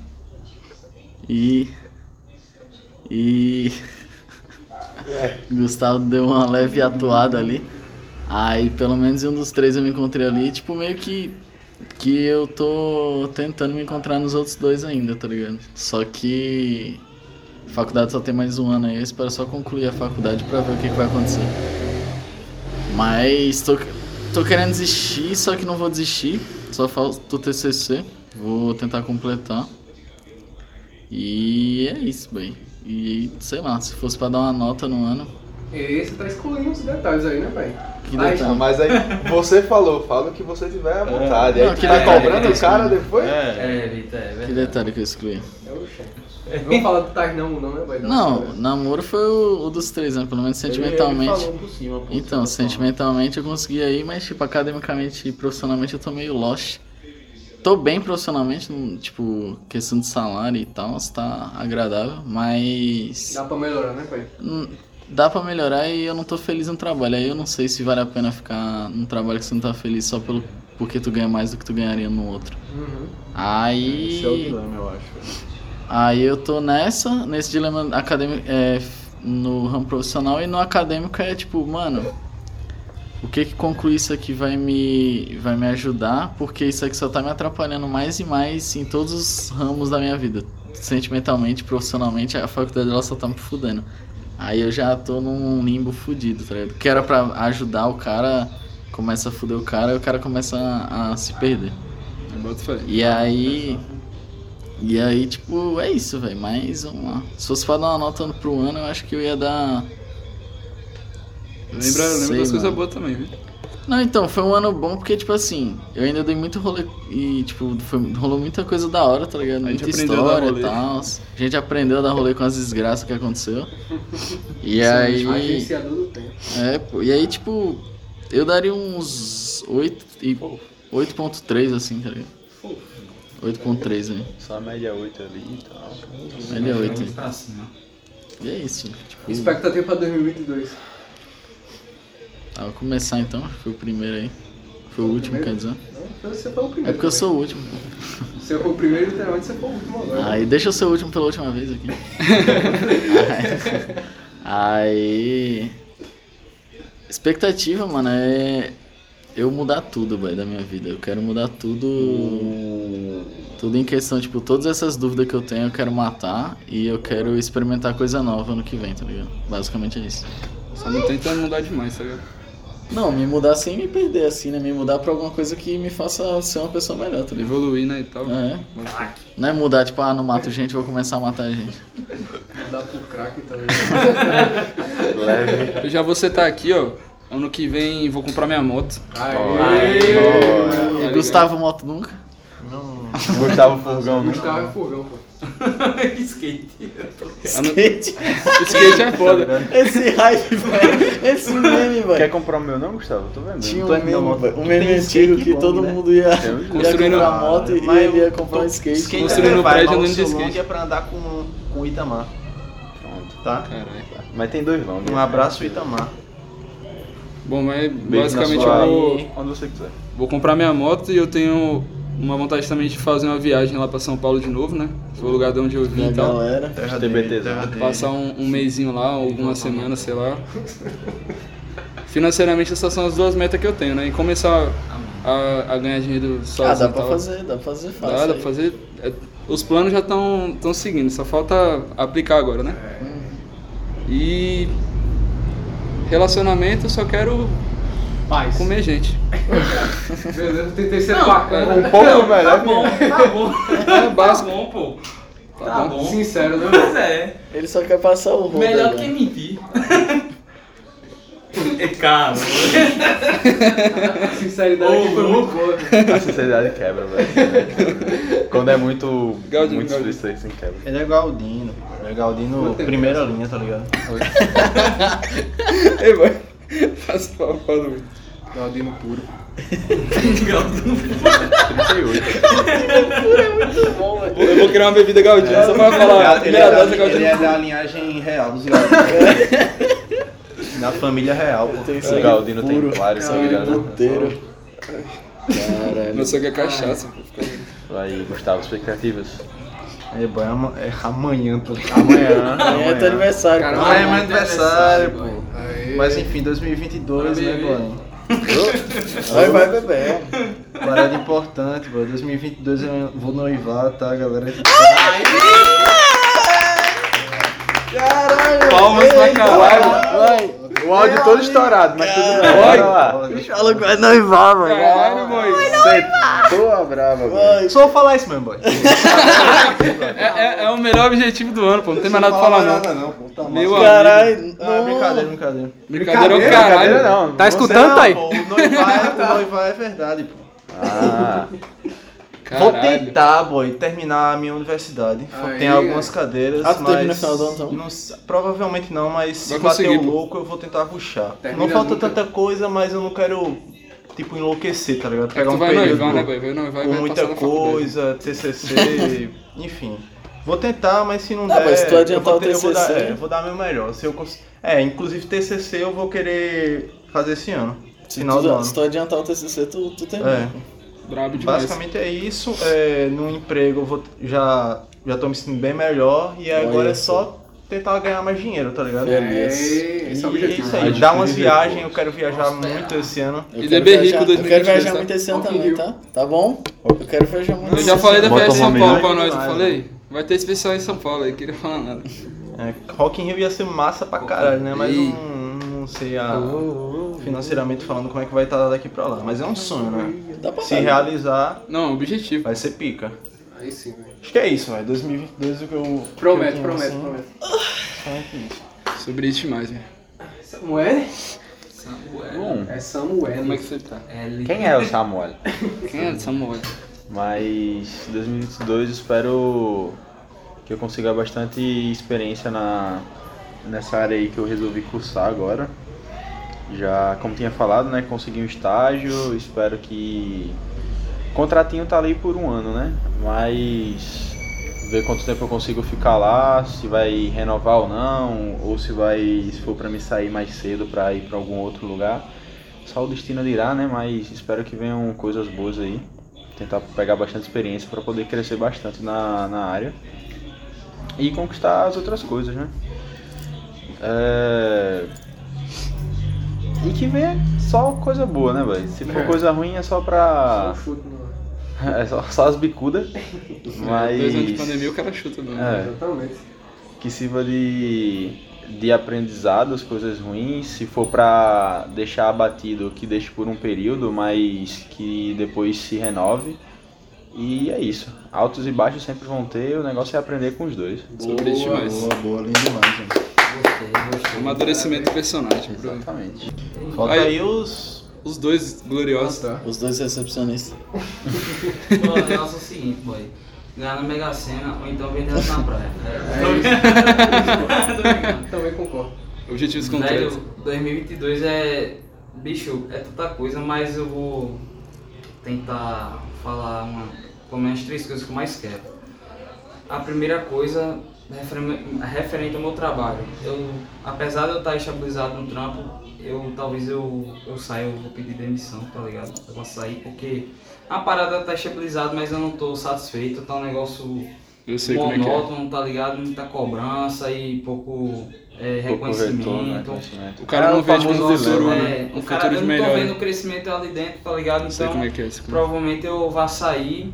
E Gustavo deu uma leve atuada ali. Aí, pelo menos em um dos 3 eu me encontrei ali. Tipo, meio que eu tô tentando me encontrar nos outros 2 ainda, tá ligado? Só que a faculdade só tem mais um ano aí. Eu espero só concluir a faculdade pra ver o que vai acontecer. Mas tô querendo desistir, só que não vou desistir. Só falta o TCC. Vou tentar completar. E é isso, bem. E sei lá, se fosse pra dar uma nota no ano. E você tá escolhendo os detalhes aí, né, velho? Que Aí, detalhe. Mas aí você falou, fala o que você tiver à vontade. Não, Aí que tu tá detalhe cobrando que o cara depois? Vitor, é Que verdade. detalhe que eu excluí? É o chefe. Vamos falar do Tais não, né, velho? Não, namoro foi o dos 3, né? Pelo menos sentimentalmente. Ele falou por cima, pô. Então, sentimentalmente eu consegui aí, mas tipo, academicamente e profissionalmente eu tô meio lost. Tô bem profissionalmente, tipo, questão de salário e tal, tá agradável, mas Dá pra melhorar, né, velho? dá pra melhorar e eu não tô feliz no trabalho. Aí eu não sei se vale a pena ficar num trabalho que você não tá feliz só porque tu ganha mais do que tu ganharia no outro. Aí... Esse é o dilema, eu acho. Aí eu tô nesse dilema acadêmico, no ramo profissional, e no acadêmico é tipo, mano, o que concluir isso aqui vai me ajudar, porque isso aqui só tá me atrapalhando mais e mais em todos os ramos da minha vida. Sentimentalmente, profissionalmente, a faculdade ela só tá me fudendo. Aí eu já tô num limbo fudido, tá ligado? Que era pra ajudar o cara, começa a fuder o cara e o cara começa a se perder. Eu boto fé. E aí, tipo, é isso, velho. Mas, vamos lá. Se fosse pra dar uma nota pro ano, eu acho que eu ia dar... Lembra Sei, das coisas mano. boas também, viu? Não, então, foi um ano bom porque, tipo assim, eu ainda dei muito rolê e, tipo, rolou muita coisa da hora, tá ligado? A gente Muita aprendeu a dar história rolê. e tal. A gente aprendeu a dar rolê com as desgraças que aconteceu. E aí... Agenciador do tempo. Pô, e aí, tipo, eu daria uns 8.3, assim, tá ligado? 8.3, né? Só a média 8 ali e tal. Média 8. Vamos pra cima. E é isso, tipo... Expectativa pra 2022. Tá, vou começar então, foi o primeiro aí. Foi o último, quer dizer. Não, você foi o primeiro. É porque eu sou o último. Você foi o primeiro, literalmente você foi o último agora. Aí deixa eu ser o último pela última vez aqui. Aí. Expectativa, mano, é eu mudar tudo, velho, da minha vida. Eu quero mudar tudo. Tudo em questão, tipo, todas essas dúvidas que eu tenho eu quero matar e eu quero experimentar coisa nova ano que vem, tá ligado? Basicamente é isso. Só não tenta mudar demais, tá ligado? Não, me mudar sem me perder, assim, né? Me mudar pra alguma coisa que me faça ser uma pessoa melhor, tá ligado? Evoluir, né, e tal. É. Não é mudar, tipo, não mato gente, vou começar a matar gente. Dá pro crack também. Leve. Eu já vou setar aqui, ó. Ano que vem vou comprar minha moto. Aê! E Gustavo moto nunca? Não. Gustavo Furgão, né? Gustavo é fogão, pô. Skate. Skate. Skate é foda. Esse hype, velho. Esse meme, velho. Quer comprar o meu não, Gustavo? Tô vendo. Tinha Tu é um meme, não, velho. Um tem meme skate antigo que bom, todo né? mundo ia Construindo comprar moto e ele ia comprar um skate. Skate Construindo um prédio andando de skate. skate. É pra andar com o Itamar, Pronto. tá? Caralho. Mas tem 2 longs. Um abraço, Itamar. Bom, mas Beijo basicamente na sua- eu Onde você quiser. vou comprar minha moto e eu tenho uma vontade também de fazer uma viagem lá pra São Paulo de novo, né? Foi o lugar de onde eu vim E a e tal. galera. Terra TBT, dele, terra dele. Passar um mesinho lá, algumas semanas, sei lá. Financeiramente essas são as 2 metas que eu tenho, né? E começar a ganhar dinheiro sozinho. Ah, dá e pra tal. fazer fácil. Dá pra aí. fazer. Os planos já estão seguindo, só falta aplicar agora, né? E relacionamento eu só quero Paz. comer gente. Beleza, tentei ser bacana. Um pouco melhor. Tá bom. É Tá básico. bom, pô. Tá bom. Sincero, né? Pois é. Ele só quer passar o rodo. Melhor né? que mentir. É caro. Sinceridade aqui foi muito boa. A sinceridade quebra, velho. Quando é muito Galdino. explícito aí, assim quebra. Ele é Galdino. Ele é Galdino primeira linha, tá ligado? Ei, vai. Faça favor do Galdino puro. 38. Eu vou criar uma bebida Galdino só pra falar. Primeira dose é Ele é Galdino. da linhagem real dos Galdinos. Da família real, pô. Tem O Galdino tem vários, tá ligado? inteiro. Caralho. Meu sangue é cachaça. Aí, Gustavo, expectativas? É, boy, é amanhã, tá ligado? Amanhã. Amanhã é teu aniversário. Cara, pô. Amanhã é meu aniversário, pô. Aí. Mas enfim, 2022, né, boy? Vai beber. Parada importante, boy. 2022 eu vou noivar, tá, galera? Caralho. Palmas pra eita, caralho. Vai. O áudio todo estourado, mas tudo bem. Vai. Bora lá. Fala que vai noivar, mano. Caralho, mãe. Sentou a brava, mano. Vai. Só vou falar isso mesmo, boy. É o melhor objetivo do ano, pô. Não tem mais nada pra falar, não. não, pô. Tá Meu Caralho. Ah, brincadeira. Brincadeira é o Brincadeira caralho. não. Tá escutando, Não, Thay? pô, o noivar é verdade, pô. Ah, Vou Caralho. tentar, boy, terminar a minha universidade. Aí, Tem algumas cadeiras, Ah, tu termina no mas... final do ano, então? Provavelmente não, mas se Vai bater conseguir, o pô. louco eu vou tentar rushar. Termina Não falta nunca. tanta coisa, mas eu não quero, tipo, enlouquecer, tá ligado? É que Pegar tu um vai período noivar, né, boy? Vai noivar e com vai muita passar na faculdade. coisa, TCC, enfim. Vou tentar, mas se não Não, der... mas se tu adiantar o eu vou dar, TCC. eu vou dar meu melhor. Se eu inclusive TCC eu vou querer fazer esse ano. Se Final do ano. tu adiantar o TCC, tu tem. É. Brabo demais. Basicamente é isso. No emprego eu já tô me sentindo bem melhor e agora é só tentar ganhar mais dinheiro, tá ligado? Esse é o E objetivo. isso aí, dar umas viagens, eu quero viajar muito esse ano. Eu E quero beber viajar- rico Eu quero 2022, viajar tá? muito esse ano Rock in também, Rio. tá? Tá bom? Eu quero viajar muito Eu esse já ano. falei da Bota festa de São o Paulo nome pra aí. nós, eu Vai, falei. Vai ter especial em São Paulo aí, queria falar nada. Rock in Rio ia ser massa pra caralho, né? Mas Ih. não sei financeiramente falando como é que vai estar daqui pra lá. Mas é um sonho, né? Dá pra Se fazer. realizar, Não, objetivo. vai ser pica. Aí sim, velho. Acho que é isso, velho. 2022 o que eu... Promete, que eu promete, tenho, promete. assim, isso. Sobre isso demais, velho. Samuel? bom. É Samuel. Como é que você tá? Quem é o Samuel? Quem é Samuel? Mas 2022 espero que eu consiga bastante experiência nessa área aí que eu resolvi cursar agora. Já, como tinha falado, né, consegui um estágio, espero que... O contratinho tá ali por 1 ano, né? Mas ver quanto tempo eu consigo ficar lá, se vai renovar ou não, ou se for pra me sair mais cedo pra ir pra algum outro lugar. Só o destino dirá, né? Mas espero que venham coisas boas aí. Tentar pegar bastante experiência para poder crescer bastante na área e conquistar as outras coisas, né? E que venha só coisa boa, né, velho? Se for coisa ruim é só pra... Só um chute no... É só as bicudas, mas... 2 anos de pandemia o cara chuta, mano. Exatamente. Que sirva de aprendizado as coisas ruins, se for pra deixar abatido, que deixe por um período, mas que depois se renove. E é isso. Altos e baixos sempre vão ter, o negócio é aprender com os dois. Sobre isso demais. Boa, lindo demais, gente. Gostei. Amadurecimento do personagem, bro. Exatamente. Falta Aí- aí os Os dois gloriosos. Tá. Os dois recepcionistas. Pô, o negócio é o seguinte, boy. Ganhar na Mega Sena ou então vender na praia. Tô brincando. Também concordo. Objetivos concretos. Velho, 2022 é... Bicho, é tanta coisa, mas eu vou tentar falar pelo menos 3 coisas que eu mais quero. A primeira coisa, referente ao meu trabalho. Apesar de eu estar estabilizado no trampo, talvez eu saia, eu vou pedir demissão, tá ligado? Eu vou sair porque a parada tá estabilizada, mas eu não tô satisfeito, tá um negócio monótono, tá ligado? Muita cobrança e pouco reconhecimento. Retorno, O cara não vê tipo, um futuro, né? O cara, eu não tô vendo crescimento ali dentro, tá ligado? Então, sei como é que é, provavelmente eu vá sair.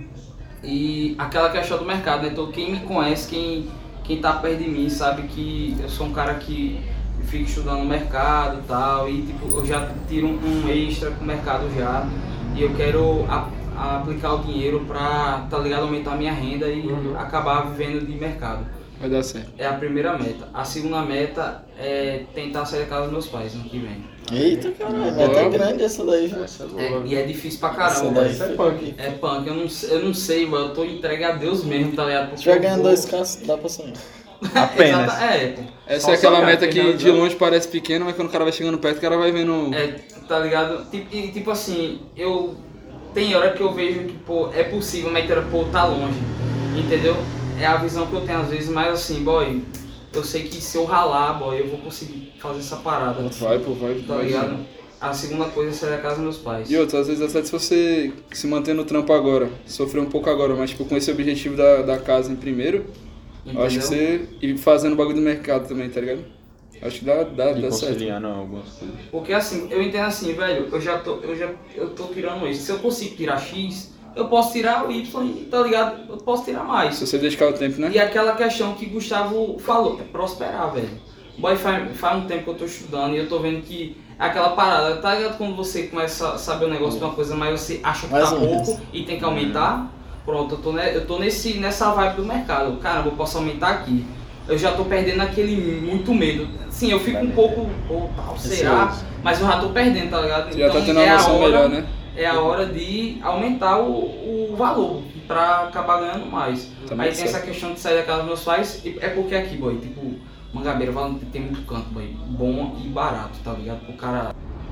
E aquela questão do mercado, né? Então quem me conhece, quem tá perto de mim, sabe que eu sou um cara que fica estudando o mercado e tal, e tipo, eu já tiro um extra com o mercado já, e eu quero aplicar o dinheiro pra, tá ligado, aumentar a minha renda e acabar vivendo de mercado. Vai dar certo. É a primeira meta. A segunda meta é tentar sair da casa dos meus pais ano que vem. Eita, caralho, meta é grande essa daí, viu? E é difícil pra caramba. Essa daí é punk. É punk, eu não sei, mano, eu tô entregue a Deus mesmo, tá ligado? Porque se tiver ganhando 2K, dá pra sonhar. Apenas. Pô. Essa Só é aquela sonhar, meta que entendeu? de longe parece pequena, mas quando o cara vai chegando perto, o cara vai vendo... Tá ligado? Tipo assim, tem hora que eu vejo que, pô, é possível, mas pô, tá longe, entendeu? É a visão que eu tenho às vezes, mas assim, boy, eu sei que se eu ralar, boy, eu vou conseguir fazer essa parada. Vai, pô, vai. Tá ligado? A segunda coisa é sair da casa dos meus pais. E outra, às vezes até se você se manter no trampo agora, sofrer um pouco agora, mas tipo, com esse objetivo da casa em primeiro, eu acho que você... E fazendo o bagulho do mercado também, tá ligado? Acho que dá certo. Conciliando algumas coisas. Porque assim, eu entendo assim, velho, eu tô tirando isso. Se eu consigo tirar X, eu posso tirar o Y, tá ligado? Eu posso tirar mais. Se você dedicar o tempo, né? E aquela questão que Gustavo falou, é prosperar, velho. Boy, faz um tempo que eu tô estudando e eu tô vendo que aquela parada, tá ligado? Quando você começa a saber o negócio de uma coisa, mas você acha que tá pouco e tem que aumentar. Pronto, eu tô nessa vibe do mercado. Caramba, eu posso aumentar aqui. Eu já tô perdendo aquele muito medo. Sim, eu fico um pouco, será? Mas eu já tô perdendo, tá ligado? Você já tá tendo uma noção melhor, né? É a hora de aumentar o valor pra acabar ganhando mais. Aí tem essa questão de sair da casa dos meus pais, é porque aqui, boy, tipo, Mangabeira tem muito canto, boy, bom e barato, tá ligado? O cara...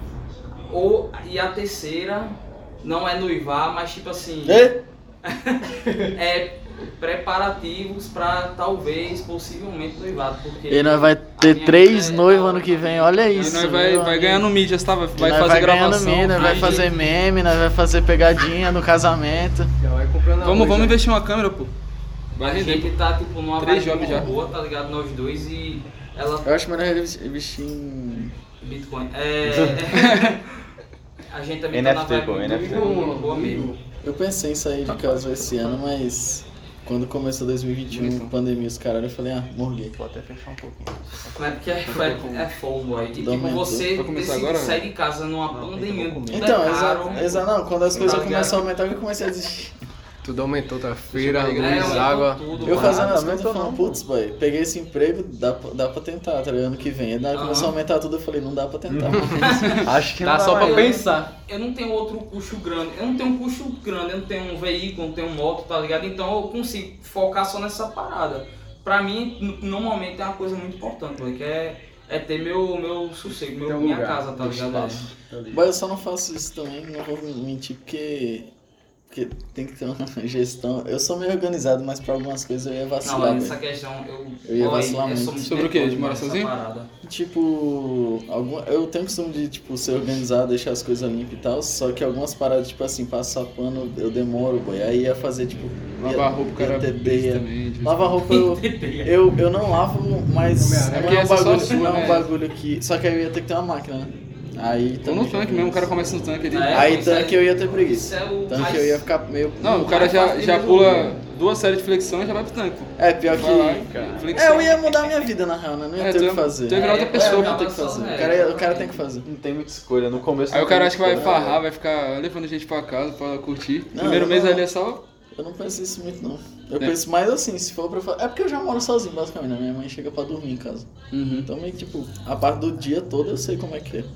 E a terceira, não é noivar, mas tipo assim... é preparativos pra talvez, possivelmente noivado, porque... E nós vai ter 3 noivos ano que vem, olha isso. E nós vai ganhar no mídias, tá? Vai fazer gravação. Nós vai fazer meme, nós vai fazer pegadinha no casamento. Já vai comprando a Vamos luz, né? investir uma câmera, pô. A gente tá tipo numa 3 vibe jobs já. boa, tá ligado? Nós dois e ela... Eu acho melhor investir em... Bitcoin. A gente também NFT, tá na vibe pô, NFT. muito boa mesmo. Eu pensei em sair de casa esse ano, mas... Quando começou 2021, pandemia, os caralho, eu falei, morguei. Pode até fechar um pouquinho. Não é porque é fogo, boy. E tipo, você Vai começar decide agora? sair de casa numa pandemia. Então, caro, exato, não, quando as coisas Tá ligado? começam a aumentar, eu comecei a desistir. Tudo aumentou, tá? Feira, aumentou luz, água. tudo, Eu mano. fazendo as contas, eu falando, putz, boy, peguei esse emprego, dá pra tentar, tá ligado? Ano que vem. Aí daí começou a aumentar tudo, eu falei, não dá pra tentar. Acho que Dá só pra pensar. Eu não tenho outro custo grande, eu não tenho um veículo, não tenho moto, tá ligado? Então eu consigo focar só nessa parada. Pra mim, no momento, é uma coisa muito importante, boy, que é ter meu sossego, minha casa, tá ligado? Boy, eu só não faço isso também, não vou mentir, porque tem que ter uma gestão. Eu sou meio organizado, mas pra algumas coisas eu ia vacilar. Não, essa questão eu ia vacilar muito. Sobre o quê? De morar sozinho? Tipo, eu tenho costume de tipo, ser organizado, deixar as coisas limpas e tal, só que algumas paradas, tipo assim, passar pano, eu demoro, boy. Aí ia fazer, tipo... Lavar roupa, o cara também. Lavar roupa eu não lavo, mas não é um bagulho, não é um bagulho que... Só que aí eu ia ter que ter uma máquina, né? Aí, ou no tanque mesmo, o cara começa no tanque ali. Aí tanque eu ia ter preguiça. Tanque eu ia ficar meio... Não, o cara já pula 2 séries de flexão e já vai pro tanque. É, pior que... Flexão. eu ia mudar a minha vida na real, né? Não ia ter o que fazer. Tu ia virar outra pessoa. Eu ia ter que fazer. O cara tem que fazer. Não tem muita escolha, no começo. Aí o cara acha que vai farrar, vai ficar levando gente pra casa pra curtir. Primeiro mês ali é só... Eu não penso isso muito, não. Eu penso mais assim, se for pra fazer... É porque eu já moro sozinho, basicamente, né? Minha mãe chega pra dormir em casa. Então meio que, tipo, a parte do dia todo eu sei como é que é.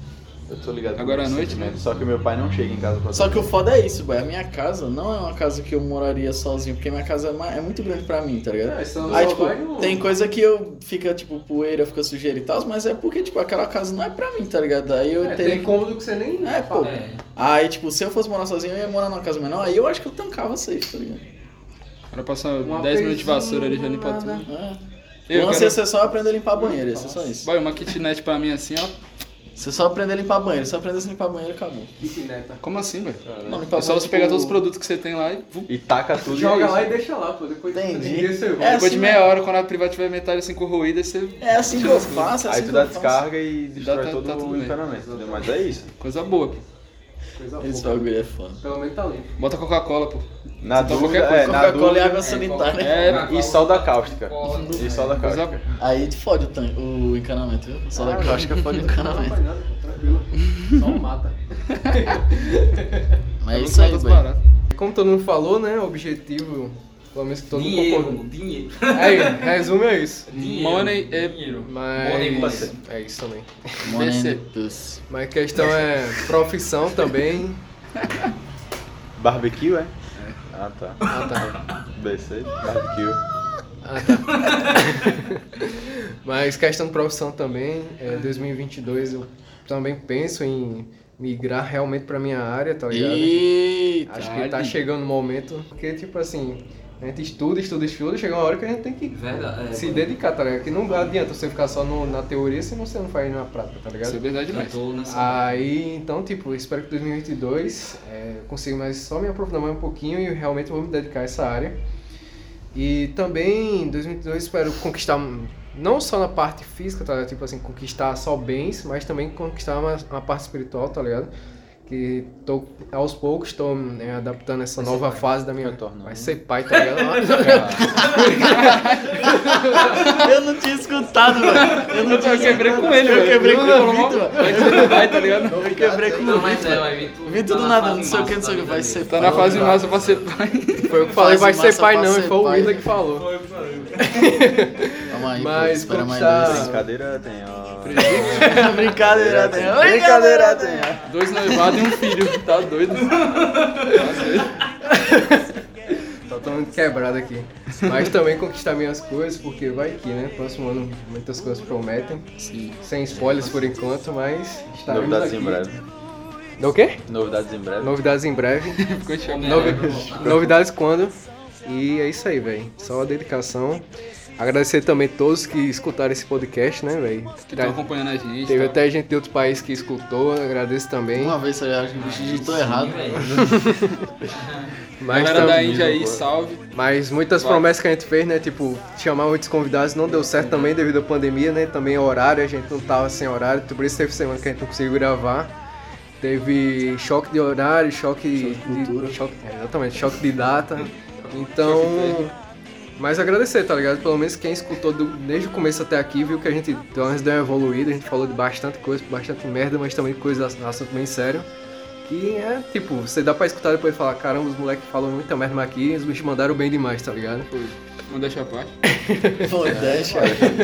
Eu tô ligado. Agora à noite, né? Só que meu pai não chega em casa pra Só que o foda é isso, boy. A minha casa não é uma casa que eu moraria sozinho, porque minha casa é muito grande pra mim, tá ligado? Aí, tipo, tem coisa que eu fica, tipo, poeira, fica sujeira e tal, mas é porque, tipo, aquela casa não é pra mim, tá ligado? Aí eu teria... Tem cômodo que você nem... pô. Aí, tipo, se eu fosse morar sozinho, eu ia morar numa casa menor, aí eu acho que eu tancava safe, tá ligado? O cara passa 10 minutos de vassoura ali, já limpa tudo. O lance ia ser só aprender a limpar banheiro, ia ser só isso. Boy, uma kitnet pra mim assim, ó. Você só aprender a limpar banheiro, se aprender a limpar banheiro, acabou. Como assim, velho? Não, limpar É só banheiro, você pegar tipo, todos os produtos que você tem lá E taca tudo. Joga e lá e deixa lá, pô. Depois Entendi. você vai. É depois assim de meia hora, quando a privada tiver metade assim corroída, você... É assim que eu faço, é assim Aí tu que dá eu faço. descarga e destrói Tá todo tudo o bem. encanamento, entendeu? Mas é isso. Coisa boa, pô. Coisa Esse boa. bagulho é foda. Pelo menos tá limpo. Bota Coca-Cola, pô. Na Então, dúvida, qualquer coisa, na Coca-Cola e dúvida, água sanitária. e solda cáustica. E solda Coisa cáustica. Aí fode o encanamento, viu? Só da cáustica fode o Não encanamento. faz nada, pô, tranquilo. Só mata. Mas é não isso aí, das boy. baratas. Como todo mundo falou, né? O objetivo, pelo menos que todo mundo concordou. Dinheiro. Aí, resumo é isso. Money é... Dinheiro. Mas Você. é isso também. Money in BC. the pussy. Mas a questão é profissão também. Barbecue, é? Ah, tá. Ah, tá. BC, barbecue. Ah, tá. Mas questão de profissão também, 2022 eu também penso em migrar realmente pra minha área, tá ligado? Eita. Acho que tá chegando o momento, porque tipo assim, a gente estuda, chega uma hora que a gente tem que Verdade. se dedicar, tá ligado? Que não adianta você ficar só na teoria se você não faz na prática, tá ligado? Isso é verdade Eu demais. tô nessa. Aí, então, tipo, espero que 2022 eu consiga mais só me aprofundar mais um pouquinho e realmente vou me dedicar a essa área. E também, em 2022, espero conquistar, não só na parte física, tá ligado? Tipo assim, conquistar só bens, mas também conquistar uma parte espiritual, tá ligado? Que tô, aos poucos, tô adaptando essa nova fase da minha... Retorno. Vai ser pai, tá ligado? Eu não tinha escutado, mano. Eu quebrei com ele, Eu velho. quebrei com o Vitor, mano. Vai ser pai, tá ligado? Eu quebrei com Não, o mas Vitor. vai vir tudo. Vitor do nada, não sei o que, não sei o que. Vai ser Tá na fase massa pra ser pai. Foi eu que falei, vai Fase ser massa pai pra não, ser e foi o pai. Willa que falou. Vamos aí, pô. Mas Espera mais conquistar- dois. Brincadeira tem, ó. Brincadeira, tem. Brincadeira tem, ó. 2 noivados e um filho. Tá doido? Tô totalmente quebrado aqui. Mas também conquistar minhas coisas, porque vai que, né? Próximo ano muitas coisas prometem. Sim. Sem spoilers por enquanto, mas estaremos Novidades aqui. em breve. Do quê? Novidades em breve. Novidades em breve. Ficou em choque. Novidades quando? E é isso aí, velho. Só a dedicação. Agradecer também todos que escutaram esse podcast, né, velho? Que estão acompanhando a gente. Teve tá? até gente de outros países que escutou, agradeço também. Uma vez eu acho que o bicho digitou errado. Mas, Galera da também- Índia aí, salve. mas muitas Vai. promessas que a gente fez, né? Tipo, chamar muitos convidados não deu certo também devido à pandemia, né? Também horário, a gente não tava sem horário, por isso teve semana que a gente não conseguiu gravar. Teve choque de horário, choque de cultura. Exatamente, choque de data. Então. Mas agradecer, tá ligado? Pelo menos quem escutou desde o começo até aqui viu que a gente pelo menos deu uma evoluída, a gente falou de bastante coisa, bastante merda, mas também coisa, assunto bem sério. Que é, tipo, você dá pra escutar depois e falar, caramba, os moleques falam muita merda, mas aqui os bichos mandaram bem demais, tá ligado? Vamos deixar a parte. Pô, deixa.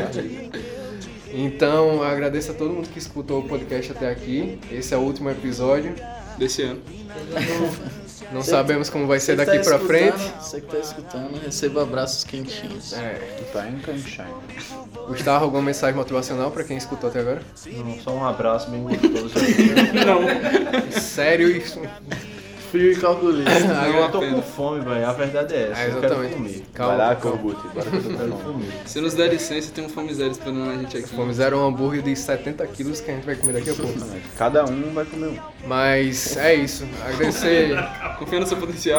Então, eu agradeço a todo mundo que escutou o podcast até aqui. Esse é o último episódio. Desse ano. Não Você- sabemos como vai ser Você que daqui tá pra escutando, frente. Você que tá escutando, receba abraços quentinhos. Tá em Canchine. Gustavo, alguma mensagem motivacional pra quem escutou até agora? Não, só um abraço bem gostoso. Sério e... Frio e calculista. Eu tô com fome, velho. A verdade é essa. Eu quero exatamente. comer. Vai lá, Calma. Corbuti. Bora que eu tô Eu quero com fome. comer. Se nos der licença, tem um fome zero esperando a gente aqui. Fomos um hambúrguer de 70 quilos que a gente vai comer daqui a pouco. Cada um vai comer um. Mas é isso. Agradecer. Confia no seu potencial.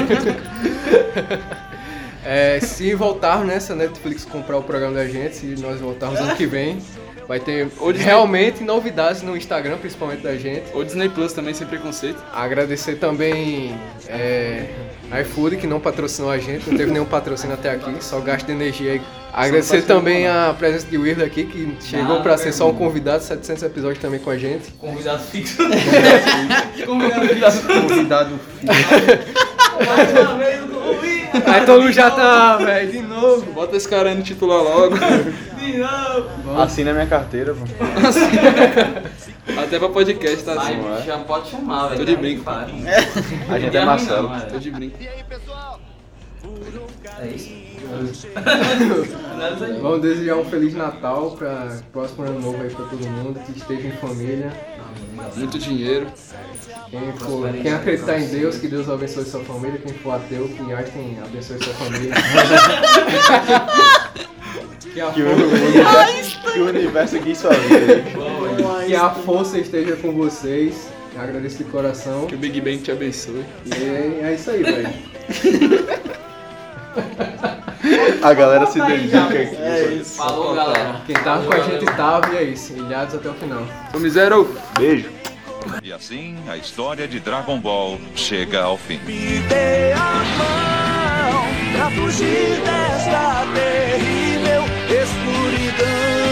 Se voltar nessa Netflix comprar o programa da gente, se nós voltarmos ano que vem, vai ter realmente novidades no Instagram, principalmente da gente. Ou Disney Plus também, sem preconceito. Agradecer também iFood, que não patrocinou a gente, não teve nenhum patrocínio até aqui, só gasto de energia aí. Agradecer também a presença de Weird aqui, que chegou pra ser só um convidado, 700 episódios também com a gente. Convidado fixo. Convidado Mais uma vez o convite. Aí todo mundo já tá, velho, de novo. Bota esse cara aí no titular logo. De novo. Assina minha carteira, pô. Até pra podcast tá assim. Mas já pode chamar, velho. Tô de brinco. A gente é Marcelo. Tô de brinco. É isso. Vamos desejar um Feliz Natal para próximo ano novo aí pra todo mundo, que esteja em família. Muito dinheiro. Quem acreditar em Deus, que Deus abençoe sua família. Quem for ateu, que Einstein abençoe sua família. Que o universo guie sua vida. Que a força esteja com vocês. Agradeço de coração. Que o Big Bang te abençoe. E é isso aí, velho. A galera se dedica aqui. É isso. Falou, galera. Quem tava com a gente tava e é isso. Ilhados até o final. Fome zero. Beijo. E assim, a história de Dragon Ball chega ao fim. Me dê a mão pra fugir desta terrível escuridão.